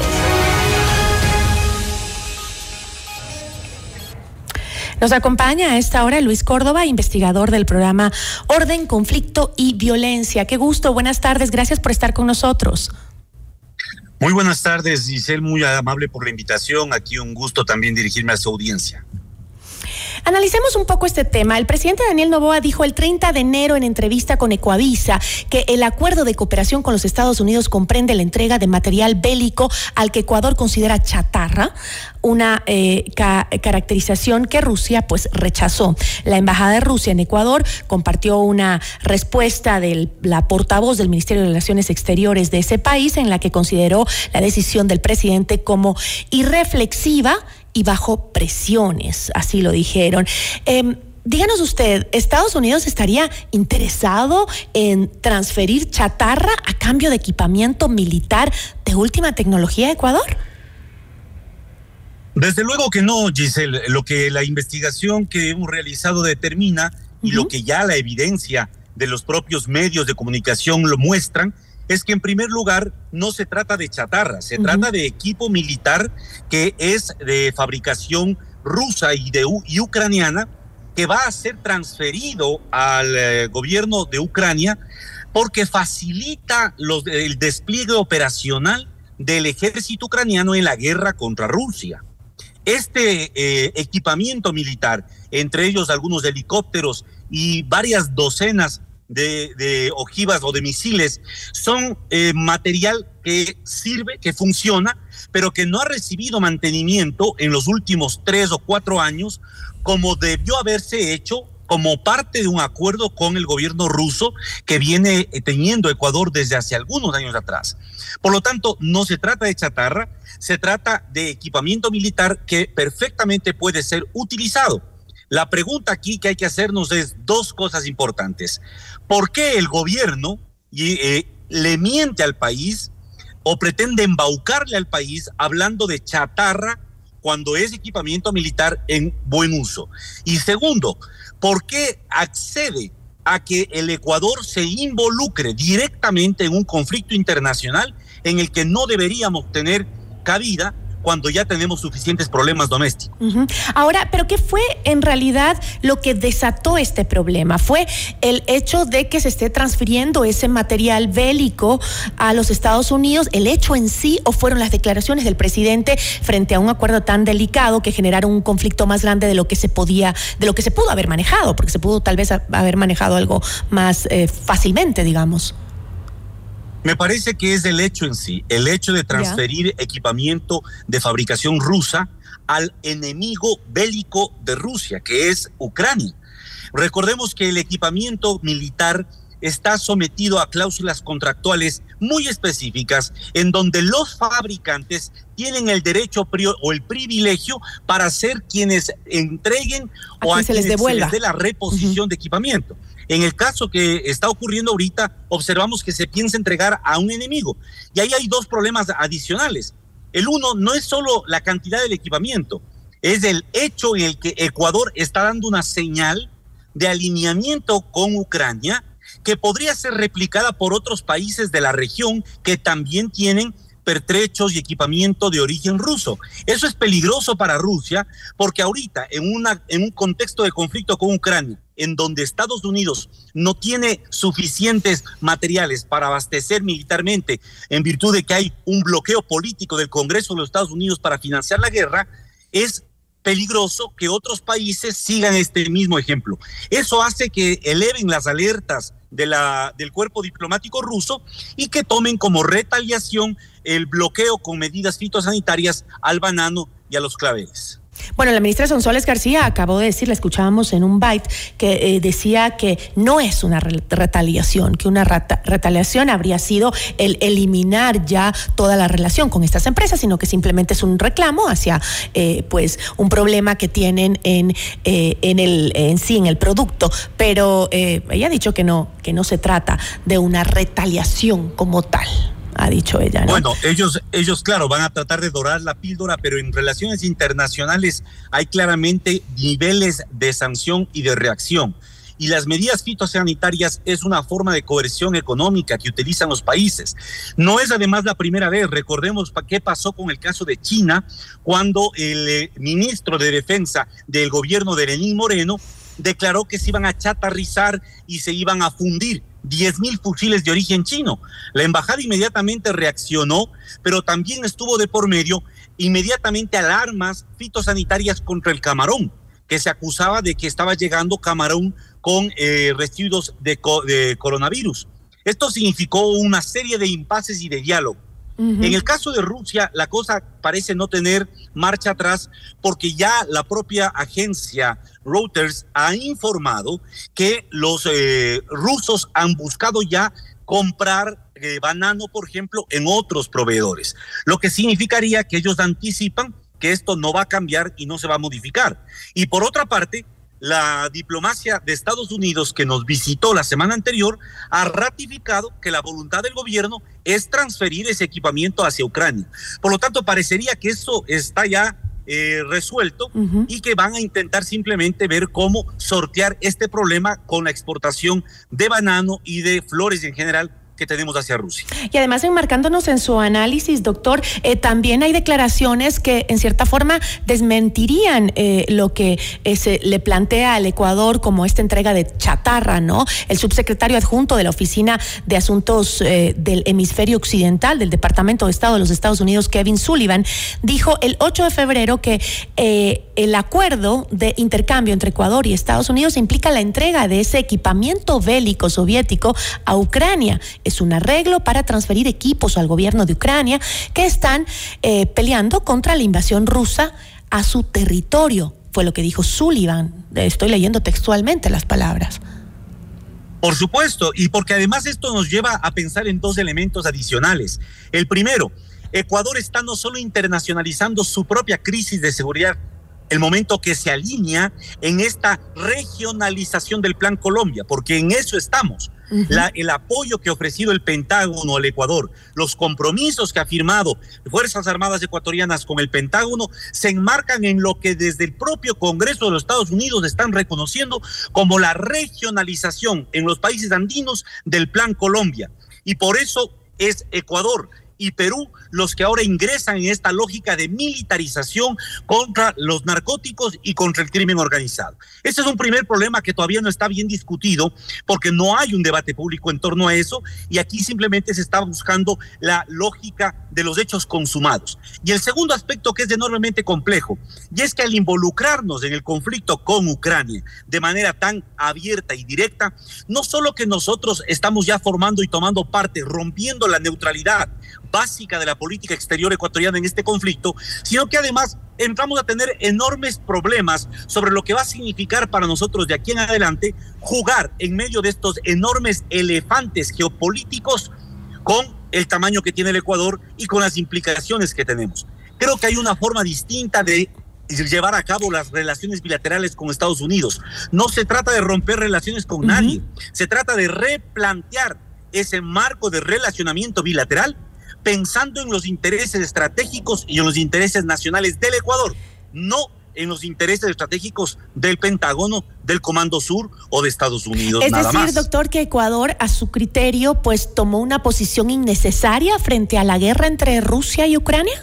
Nos acompaña a esta hora Luis Córdoba, investigador del programa Orden, Conflicto y Violencia. Qué gusto, buenas tardes, gracias por estar con nosotros. Muy buenas tardes, Giselle, muy amable por la invitación. Aquí un gusto también dirigirme a su audiencia. Analicemos un poco este tema. El presidente Daniel Noboa dijo el 30 de enero en entrevista con Ecoavisa que el acuerdo de cooperación con los Estados Unidos comprende la entrega de material bélico al que Ecuador considera chatarra, una caracterización que Rusia pues rechazó. La Embajada de Rusia en Ecuador compartió una respuesta de la portavoz del Ministerio de Relaciones Exteriores de ese país en la que consideró la decisión del presidente como irreflexiva y bajo presiones, así lo dijeron. Díganos usted, ¿Estados Unidos estaría interesado en transferir chatarra a cambio de equipamiento militar de última tecnología a Ecuador? Desde luego que no, Giselle. Lo que la investigación que hemos realizado determina y lo que ya la evidencia de los propios medios de comunicación lo muestran, es que en primer lugar no se trata de chatarra, se trata de equipo militar que es de fabricación rusa y ucraniana, que va a ser transferido al gobierno de Ucrania porque facilita el despliegue operacional del ejército ucraniano en la guerra contra Rusia. Este equipamiento militar, entre ellos algunos helicópteros y varias docenas de ojivas o de misiles, son material que sirve, que funciona, pero que no ha recibido mantenimiento en los últimos 3 o 4 años, como debió haberse hecho como parte de un acuerdo con el gobierno ruso que viene teniendo Ecuador desde hace algunos años atrás. Por lo tanto, no se trata de chatarra, se trata de equipamiento militar que perfectamente puede ser utilizado. La pregunta aquí que hay que hacernos es 2 cosas importantes. ¿Por qué el gobierno le miente al país o pretende embaucarle al país hablando de chatarra cuando es equipamiento militar en buen uso? Y segundo, ¿por qué accede a que el Ecuador se involucre directamente en un conflicto internacional en el que no deberíamos tener cabida cuando ya tenemos suficientes problemas domésticos? Ahora, ¿pero qué fue en realidad lo que desató este problema? ¿Fue el hecho de que se esté transfiriendo ese material bélico a los Estados Unidos, el hecho en sí, o fueron las declaraciones del presidente frente a un acuerdo tan delicado que generaron un conflicto más grande de lo que se pudo haber manejado, porque se pudo tal vez haber manejado algo más fácilmente, digamos? Me parece que es el hecho en sí, el hecho de transferir equipamiento de fabricación rusa al enemigo bélico de Rusia, que es Ucrania. Recordemos que el equipamiento militar está sometido a cláusulas contractuales muy específicas en donde los fabricantes tienen el derecho o el privilegio para ser quienes entreguen o a quienes se les dé la reposición de equipamiento. En el caso que está ocurriendo ahorita, observamos que se piensa entregar a un enemigo. Y ahí hay 2 problemas adicionales. El uno no es solo la cantidad del equipamiento, es el hecho en el que Ecuador está dando una señal de alineamiento con Ucrania que podría ser replicada por otros países de la región que también tienen pertrechos y equipamiento de origen ruso. Eso es peligroso para Rusia porque ahorita en un contexto de conflicto con Ucrania, en donde Estados Unidos no tiene suficientes materiales para abastecer militarmente en virtud de que hay un bloqueo político del Congreso de los Estados Unidos para financiar la guerra, es peligroso que otros países sigan este mismo ejemplo. Eso hace que eleven las alertas del cuerpo diplomático ruso y que tomen como retaliación el bloqueo con medidas fitosanitarias al banano y a los claveles. Bueno, la ministra Sonsoles García acabó de decir, la escuchábamos en un byte, que decía que no es una retaliación, que una retaliación habría sido el eliminar ya toda la relación con estas empresas, sino que simplemente es un reclamo hacia pues un problema que tienen en el producto. Pero ella ha dicho que no se trata de una retaliación como tal. Ha dicho ella, ¿no? Bueno, ellos claro, van a tratar de dorar la píldora, pero en relaciones internacionales hay claramente niveles de sanción y de reacción. Y las medidas fitosanitarias es una forma de coerción económica que utilizan los países. No es además la primera vez. Recordemos qué pasó con el caso de China, cuando el ministro de Defensa del gobierno de Lenín Moreno declaró que se iban a chatarrizar y se iban a fundir 10,000 fusiles de origen chino. La embajada inmediatamente reaccionó, pero también estuvo de por medio inmediatamente alarmas fitosanitarias contra el camarón, que se acusaba de que estaba llegando Camarón con residuos de coronavirus. Esto significó una serie de impases y de diálogo. En el caso de Rusia, la cosa parece no tener marcha atrás porque ya la propia agencia Reuters ha informado que los rusos han buscado ya comprar banano, por ejemplo, en otros proveedores, lo que significaría que ellos anticipan que esto no va a cambiar y no se va a modificar. Y por otra parte, la diplomacia de Estados Unidos, que nos visitó la semana anterior, ha ratificado que la voluntad del gobierno es transferir ese equipamiento hacia Ucrania. Por lo tanto, parecería que eso está ya resuelto y que van a intentar simplemente ver cómo sortear este problema con la exportación de banano y de flores en general que tenemos hacia Rusia. Y además, enmarcándonos en su análisis, doctor, también hay declaraciones que en cierta forma desmentirían lo que se le plantea al Ecuador como esta entrega de chatarra, ¿no? El subsecretario adjunto de la Oficina de Asuntos del Hemisferio Occidental del Departamento de Estado de los Estados Unidos, Kevin Sullivan, dijo el 8 de febrero que el acuerdo de intercambio entre Ecuador y Estados Unidos implica la entrega de ese equipamiento bélico soviético a Ucrania. Es un arreglo para transferir equipos al gobierno de Ucrania que están peleando contra la invasión rusa a su territorio. Fue lo que dijo Sullivan. Estoy leyendo textualmente las palabras. Por supuesto, y porque además esto nos lleva a pensar en dos elementos adicionales. El primero, Ecuador está no solo internacionalizando su propia crisis de seguridad, el momento que se alinea en esta regionalización del Plan Colombia, porque en eso estamos. El apoyo que ha ofrecido el Pentágono al Ecuador, los compromisos que ha firmado Fuerzas Armadas ecuatorianas con el Pentágono, se enmarcan en lo que desde el propio Congreso de los Estados Unidos están reconociendo como la regionalización en los países andinos del Plan Colombia. Y por eso es Ecuador y Perú los que ahora ingresan en esta lógica de militarización contra los narcóticos y contra el crimen organizado. Ese es un primer problema que todavía no está bien discutido porque no hay un debate público en torno a eso y aquí simplemente se está buscando la lógica de los hechos consumados. Y el segundo aspecto que es enormemente complejo y es que al involucrarnos en el conflicto con Ucrania de manera tan abierta y directa, no solo que nosotros estamos ya formando y tomando parte, rompiendo la neutralidad básica de la política exterior ecuatoriana en este conflicto, sino que además entramos a tener enormes problemas sobre lo que va a significar para nosotros de aquí en adelante jugar en medio de estos enormes elefantes geopolíticos con el tamaño que tiene el Ecuador y con las implicaciones que tenemos. Creo que hay una forma distinta de llevar a cabo las relaciones bilaterales con Estados Unidos. No se trata de romper relaciones con nadie, se trata de replantear ese marco de relacionamiento bilateral pensando en los intereses estratégicos y en los intereses nacionales del Ecuador, no en los intereses estratégicos del Pentágono, del Comando Sur o de Estados Unidos. Es nada decir, más. Doctor, que Ecuador, a su criterio, pues tomó una posición innecesaria frente a la guerra entre Rusia y Ucrania.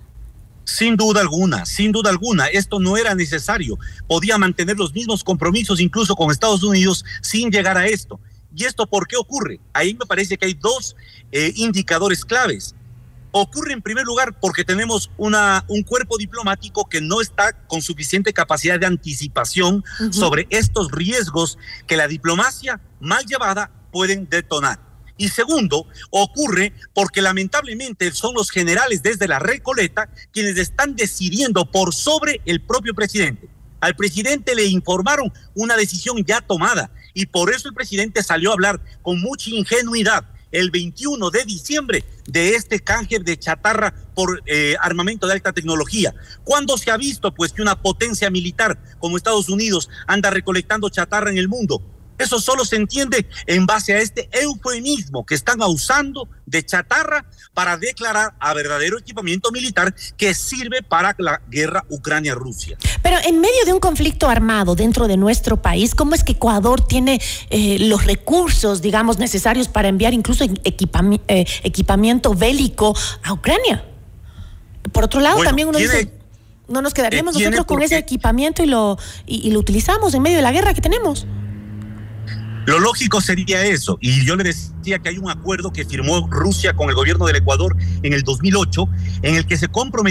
Sin duda alguna, sin duda alguna. Esto no era necesario. Podía mantener los mismos compromisos incluso con Estados Unidos sin llegar a esto. ¿Y esto por qué ocurre? Ahí me parece que hay dos indicadores claves. Ocurre en primer lugar porque tenemos un cuerpo diplomático que no está con suficiente capacidad de anticipación sobre estos riesgos que la diplomacia mal llevada pueden detonar. Y segundo, ocurre porque lamentablemente son los generales desde la Recoleta quienes están decidiendo por sobre el propio presidente. Al presidente le informaron una decisión ya tomada y por eso el presidente salió a hablar con mucha ingenuidad el 21 de diciembre de este canje de chatarra por armamento de alta tecnología. ¿Cuándo se ha visto pues que una potencia militar como Estados Unidos anda recolectando chatarra en el mundo? Eso solo se entiende en base a este eufemismo que están usando de chatarra para declarar a verdadero equipamiento militar que sirve para la guerra Ucrania-Rusia. Pero en medio de un conflicto armado dentro de nuestro país, ¿cómo es que Ecuador tiene los recursos, digamos, necesarios para enviar incluso equipamiento bélico a Ucrania? Por otro lado, también uno dice, no nos quedaríamos nosotros con ese equipamiento y lo utilizamos en medio de la guerra que tenemos. Lo lógico sería eso, y yo le decía que hay un acuerdo que firmó Rusia con el gobierno del Ecuador en el 2008, en el que se comprometió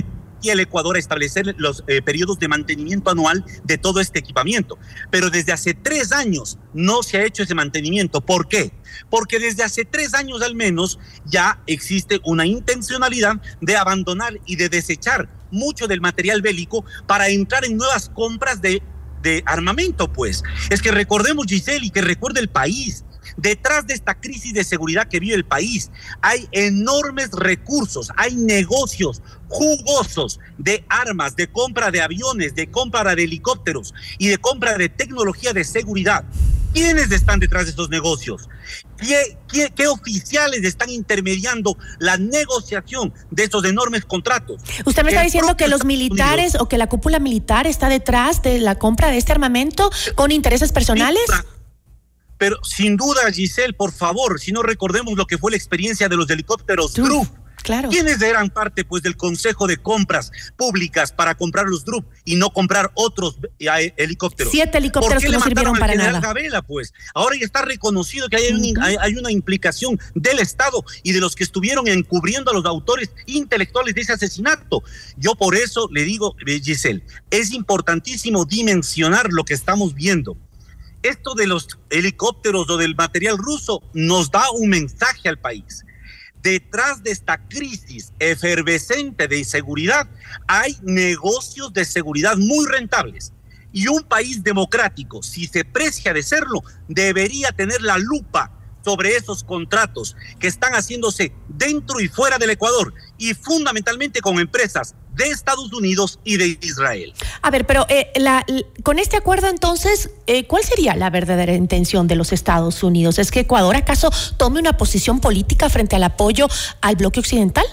aquí el Ecuador a establecer los periodos de mantenimiento anual de todo este equipamiento. Pero desde hace 3 años no se ha hecho ese mantenimiento. ¿Por qué? Porque desde hace 3 años al menos ya existe una intencionalidad de abandonar y de desechar mucho del material bélico para entrar en nuevas compras de armamento, pues. Es que recordemos, Giselle, y que recuerde el país, detrás de esta crisis de seguridad que vive el país, hay enormes recursos, hay negocios jugosos de armas, de compra de aviones, de compra de helicópteros y de compra de tecnología de seguridad. ¿Quiénes están detrás de estos negocios? ¿Qué oficiales están intermediando la negociación de estos enormes contratos? ¿Usted me está diciendo que los militares o que la cúpula militar está detrás de la compra de este armamento con intereses personales? Pero sin duda, Giselle, por favor, si no recordemos lo que fue la experiencia de los helicópteros Drup. Claro. ¿Quiénes eran parte, pues, del Consejo de Compras Públicas para comprar los Drup y no comprar otros helicópteros? 7 helicópteros que no sirvieron para nada. Gabela, pues? Ahora ya está reconocido que hay una implicación del Estado y de los que estuvieron encubriendo a los autores intelectuales de ese asesinato. Yo por eso le digo, Giselle, es importantísimo dimensionar lo que estamos viendo. Esto de los helicópteros o del material ruso nos da un mensaje al país. Detrás de esta crisis efervescente de inseguridad hay negocios de seguridad muy rentables. Y un país democrático, si se precia de serlo, debería tener la lupa sobre esos contratos que están haciéndose dentro y fuera del Ecuador y fundamentalmente con empresas de Estados Unidos y de Israel. A ver, pero con este acuerdo entonces, ¿cuál sería la verdadera intención de los Estados Unidos? ¿Es que Ecuador acaso tome una posición política frente al apoyo al bloque occidental?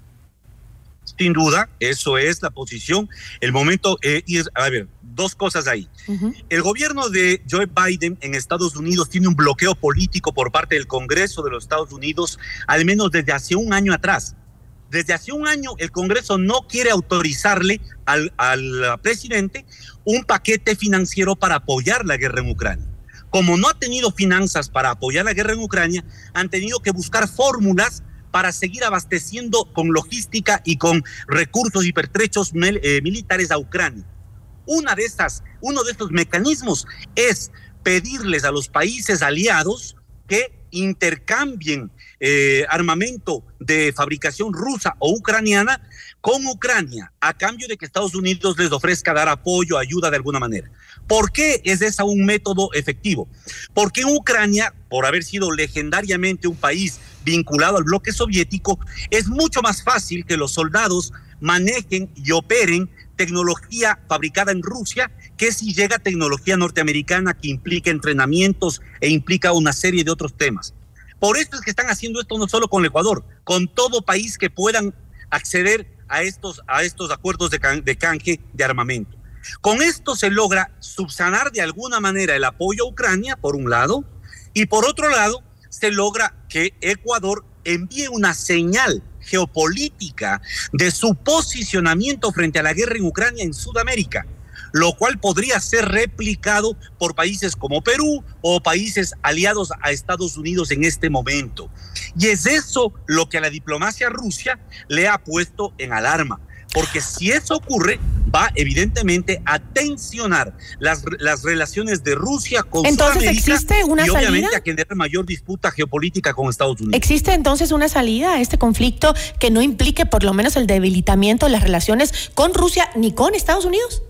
Sin duda, eso es la posición. El momento, a ver, 2 cosas ahí. El gobierno de Joe Biden en Estados Unidos tiene un bloqueo político por parte del Congreso de los Estados Unidos, al menos desde hace un año atrás. Desde hace un año el Congreso no quiere autorizarle al presidente un paquete financiero para apoyar la guerra en Ucrania. Como no ha tenido finanzas para apoyar la guerra en Ucrania, han tenido que buscar fórmulas para seguir abasteciendo con logística y con recursos y pertrechos militares a Ucrania. Uno de estos mecanismos es pedirles a los países aliados que intercambien armamento de fabricación rusa o ucraniana con Ucrania, a cambio de que Estados Unidos les ofrezca dar apoyo, ayuda de alguna manera. ¿Por qué es ese un método efectivo? Porque en Ucrania, por haber sido legendariamente un país vinculado al bloque soviético, es mucho más fácil que los soldados manejen y operen tecnología fabricada en Rusia que si llega tecnología norteamericana que implica entrenamientos e implica una serie de otros temas. Por esto es que están haciendo esto no solo con el Ecuador, con todo país que puedan acceder a estos acuerdos de canje de armamento. Con esto se logra subsanar de alguna manera el apoyo a Ucrania, por un lado, y por otro lado, se logra que Ecuador envíe una señal geopolítica de su posicionamiento frente a la guerra en Ucrania en Sudamérica, lo cual podría ser replicado por países como Perú o países aliados a Estados Unidos en este momento. Y es eso lo que a la diplomacia rusa le ha puesto en alarma, porque si eso ocurre, va evidentemente a tensionar las relaciones de Rusia con entonces, Sudamérica ¿existe una y obviamente salida? a generar mayor disputa geopolítica con Estados Unidos. ¿Existe entonces una salida a este conflicto que no implique por lo menos el debilitamiento de las relaciones con Rusia ni con Estados Unidos?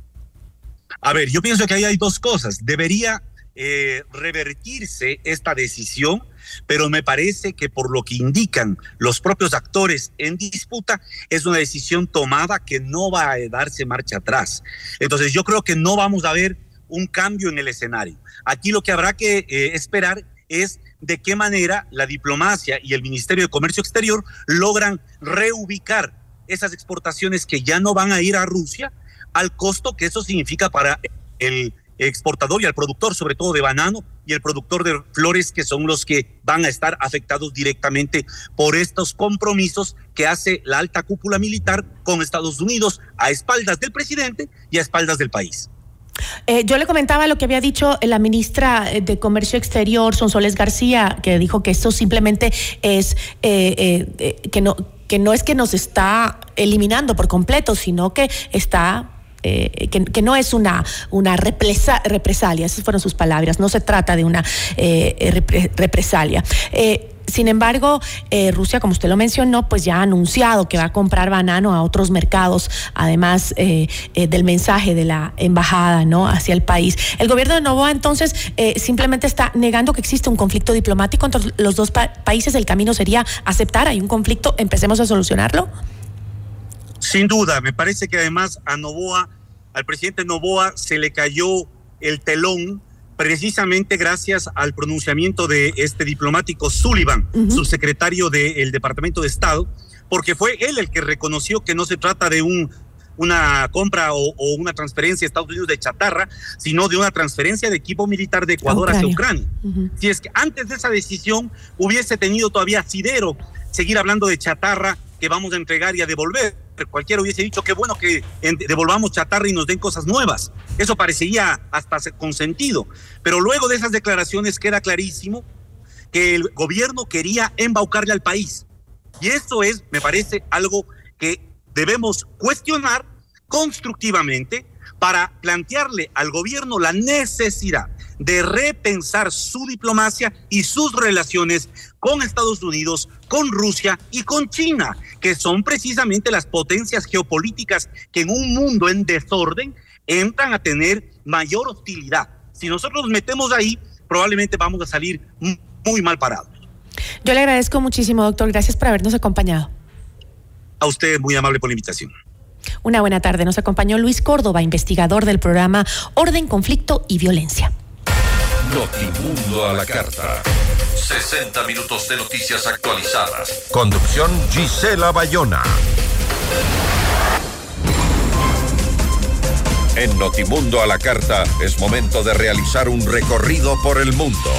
A ver, yo pienso que ahí hay 2 cosas. Debería revertirse esta decisión, pero me parece que por lo que indican los propios actores en disputa, es una decisión tomada que no va a darse marcha atrás. Entonces yo creo que no vamos a ver un cambio en el escenario. Aquí lo que habrá que esperar es de qué manera la diplomacia y el Ministerio de Comercio Exterior logran reubicar esas exportaciones que ya no van a ir a Rusia, al costo que eso significa para el exportador y al productor, sobre todo de banano, y el productor de flores, que son los que van a estar afectados directamente por estos compromisos que hace la alta cúpula militar con Estados Unidos a espaldas del presidente y a espaldas del país. Yo le comentaba lo que había dicho la ministra de Comercio Exterior, Sonsoles García, que dijo que esto simplemente es que que no es que nos está eliminando por completo, sino que está... que no es una represalia, esas fueron sus palabras, no se trata de una represalia. Sin embargo, Rusia, como usted lo mencionó, pues ya ha anunciado que va a comprar banano a otros mercados, además del mensaje de la embajada, ¿no?, hacia el país. El gobierno de Noboa, entonces, simplemente está negando que existe un conflicto diplomático entre los dos países. El camino sería aceptar, hay un conflicto, empecemos a solucionarlo. Sin duda, me parece que además al presidente Noboa se le cayó el telón precisamente gracias al pronunciamiento de este diplomático Sullivan, subsecretario del Departamento de Estado, porque fue él el que reconoció que no se trata de una compra o una transferencia a Estados Unidos de chatarra, sino de una transferencia de equipo militar de Ecuador hacia Ucrania. Si es que antes de esa decisión hubiese tenido todavía asidero seguir hablando de chatarra que vamos a entregar y a devolver. Cualquiera hubiese dicho qué bueno que devolvamos chatarra y nos den cosas nuevas. Eso parecería hasta consentido. Pero luego de esas declaraciones queda clarísimo que el gobierno quería embaucarle al país. Y eso es, me parece, algo que debemos cuestionar constructivamente para plantearle al gobierno la necesidad de repensar su diplomacia y sus relaciones con Estados Unidos, con Rusia y con China, que son precisamente las potencias geopolíticas que en un mundo en desorden entran a tener mayor hostilidad. Si nosotros nos metemos ahí, probablemente vamos a salir muy mal parados. Yo le agradezco muchísimo, doctor. Gracias por habernos acompañado. A usted, muy amable por la invitación. Una buena tarde. Nos acompañó Luis Córdoba, investigador del programa Orden, Conflicto y Violencia. Notimundo a la carta. 60 minutos de noticias actualizadas. Conducción Gisela Bayona. En Notimundo a la carta es momento de realizar un recorrido por el mundo.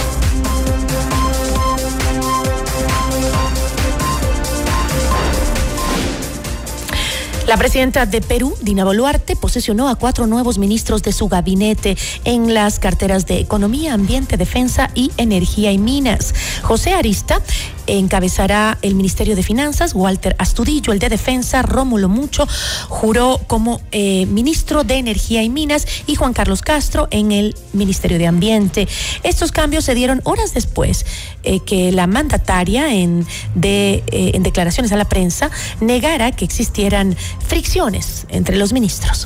La presidenta de Perú, Dina Boluarte, posesionó a 4 nuevos ministros de su gabinete en las carteras de Economía, Ambiente, Defensa y Energía y Minas. José Arista encabezará el Ministerio de Finanzas, Walter Astudillo el de Defensa, Rómulo Mucho juró como ministro de Energía y Minas y Juan Carlos Castro en el Ministerio de Ambiente. Estos cambios se dieron horas después que la mandataria en declaraciones a la prensa negara que existieran fricciones entre los ministros.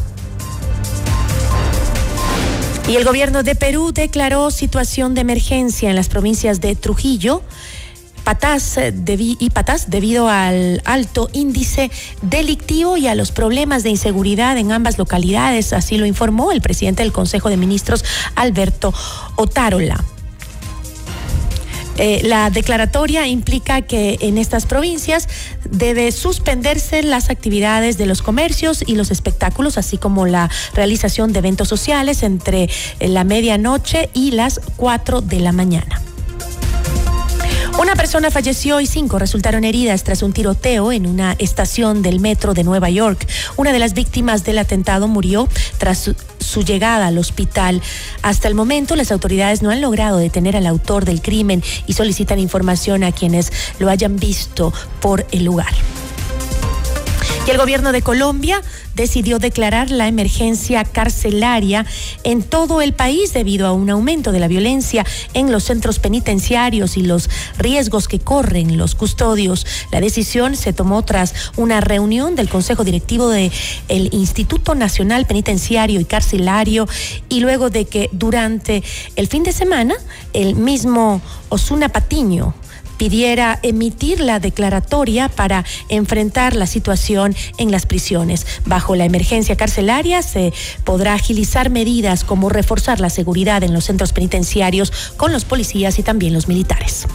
Y el gobierno de Perú declaró situación de emergencia en las provincias de Trujillo y Patás debido al alto índice delictivo y a los problemas de inseguridad en ambas localidades, así lo informó el presidente del Consejo de Ministros, Alberto Otárola. La declaratoria implica que en estas provincias debe suspenderse las actividades de los comercios y los espectáculos, así como la realización de eventos sociales entre la medianoche y las 4 de la mañana. Una persona falleció y 5 resultaron heridas tras un tiroteo en una estación del metro de Nueva York. Una de las víctimas del atentado murió tras su llegada al hospital. Hasta el momento, las autoridades no han logrado detener al autor del crimen y solicitan información a quienes lo hayan visto por el lugar. Y el gobierno de Colombia decidió declarar la emergencia carcelaria en todo el país debido a un aumento de la violencia en los centros penitenciarios y los riesgos que corren los custodios. La decisión se tomó tras una reunión del Consejo Directivo del Instituto Nacional Penitenciario y Carcelario y luego de que durante el fin de semana el mismo Osuna Patiño pidiera emitir la declaratoria para enfrentar la situación en las prisiones. Bajo la emergencia carcelaria se podrá agilizar medidas como reforzar la seguridad en los centros penitenciarios con los policías y también los militares.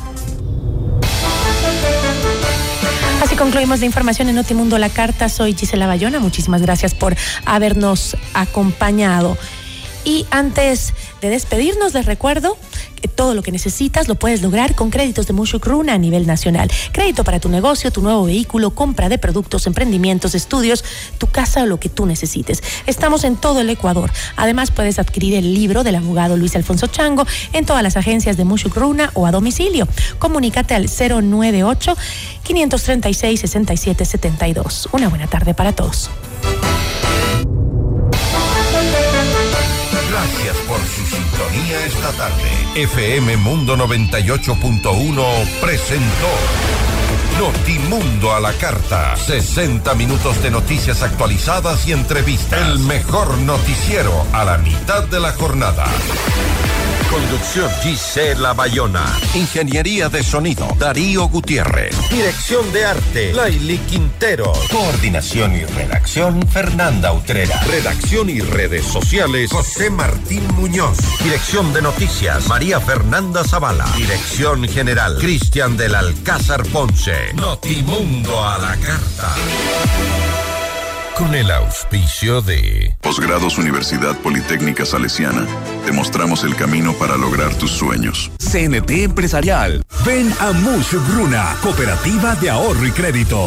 Así concluimos la información en Notimundo a la Carta. Soy Gisela Bayona. Muchísimas gracias por habernos acompañado. Y antes de despedirnos, les recuerdo todo lo que necesitas lo puedes lograr con créditos de Mushuk Runa a nivel nacional. Crédito para tu negocio, tu nuevo vehículo, compra de productos, emprendimientos, estudios, tu casa o lo que tú necesites. Estamos en todo el Ecuador. Además, puedes adquirir el libro del abogado Luis Alfonso Chango en todas las agencias de Mushuk Runa o a domicilio. Comunícate al 098-536-6772. Una buena tarde para todos. Gracias por su sintonía esta tarde. FM Mundo 98.1 presentó Notimundo a la carta. 60 minutos de noticias actualizadas y entrevistas. El mejor noticiero a la mitad de la jornada. Conducción Gisela Bayona. Ingeniería de sonido Darío Gutiérrez. Dirección de arte Laili Quintero. Coordinación y redacción Fernanda Utrera. Redacción y redes sociales José Martín Muñoz. Dirección de noticias María Fernanda Zavala. Dirección general Cristian del Alcázar Ponce. Notimundo a la carta. Con el auspicio de Posgrados Universidad Politécnica Salesiana. Te mostramos el camino para lograr tus sueños. CNT Empresarial. Ven a Mushuk Runa, Cooperativa de Ahorro y Crédito.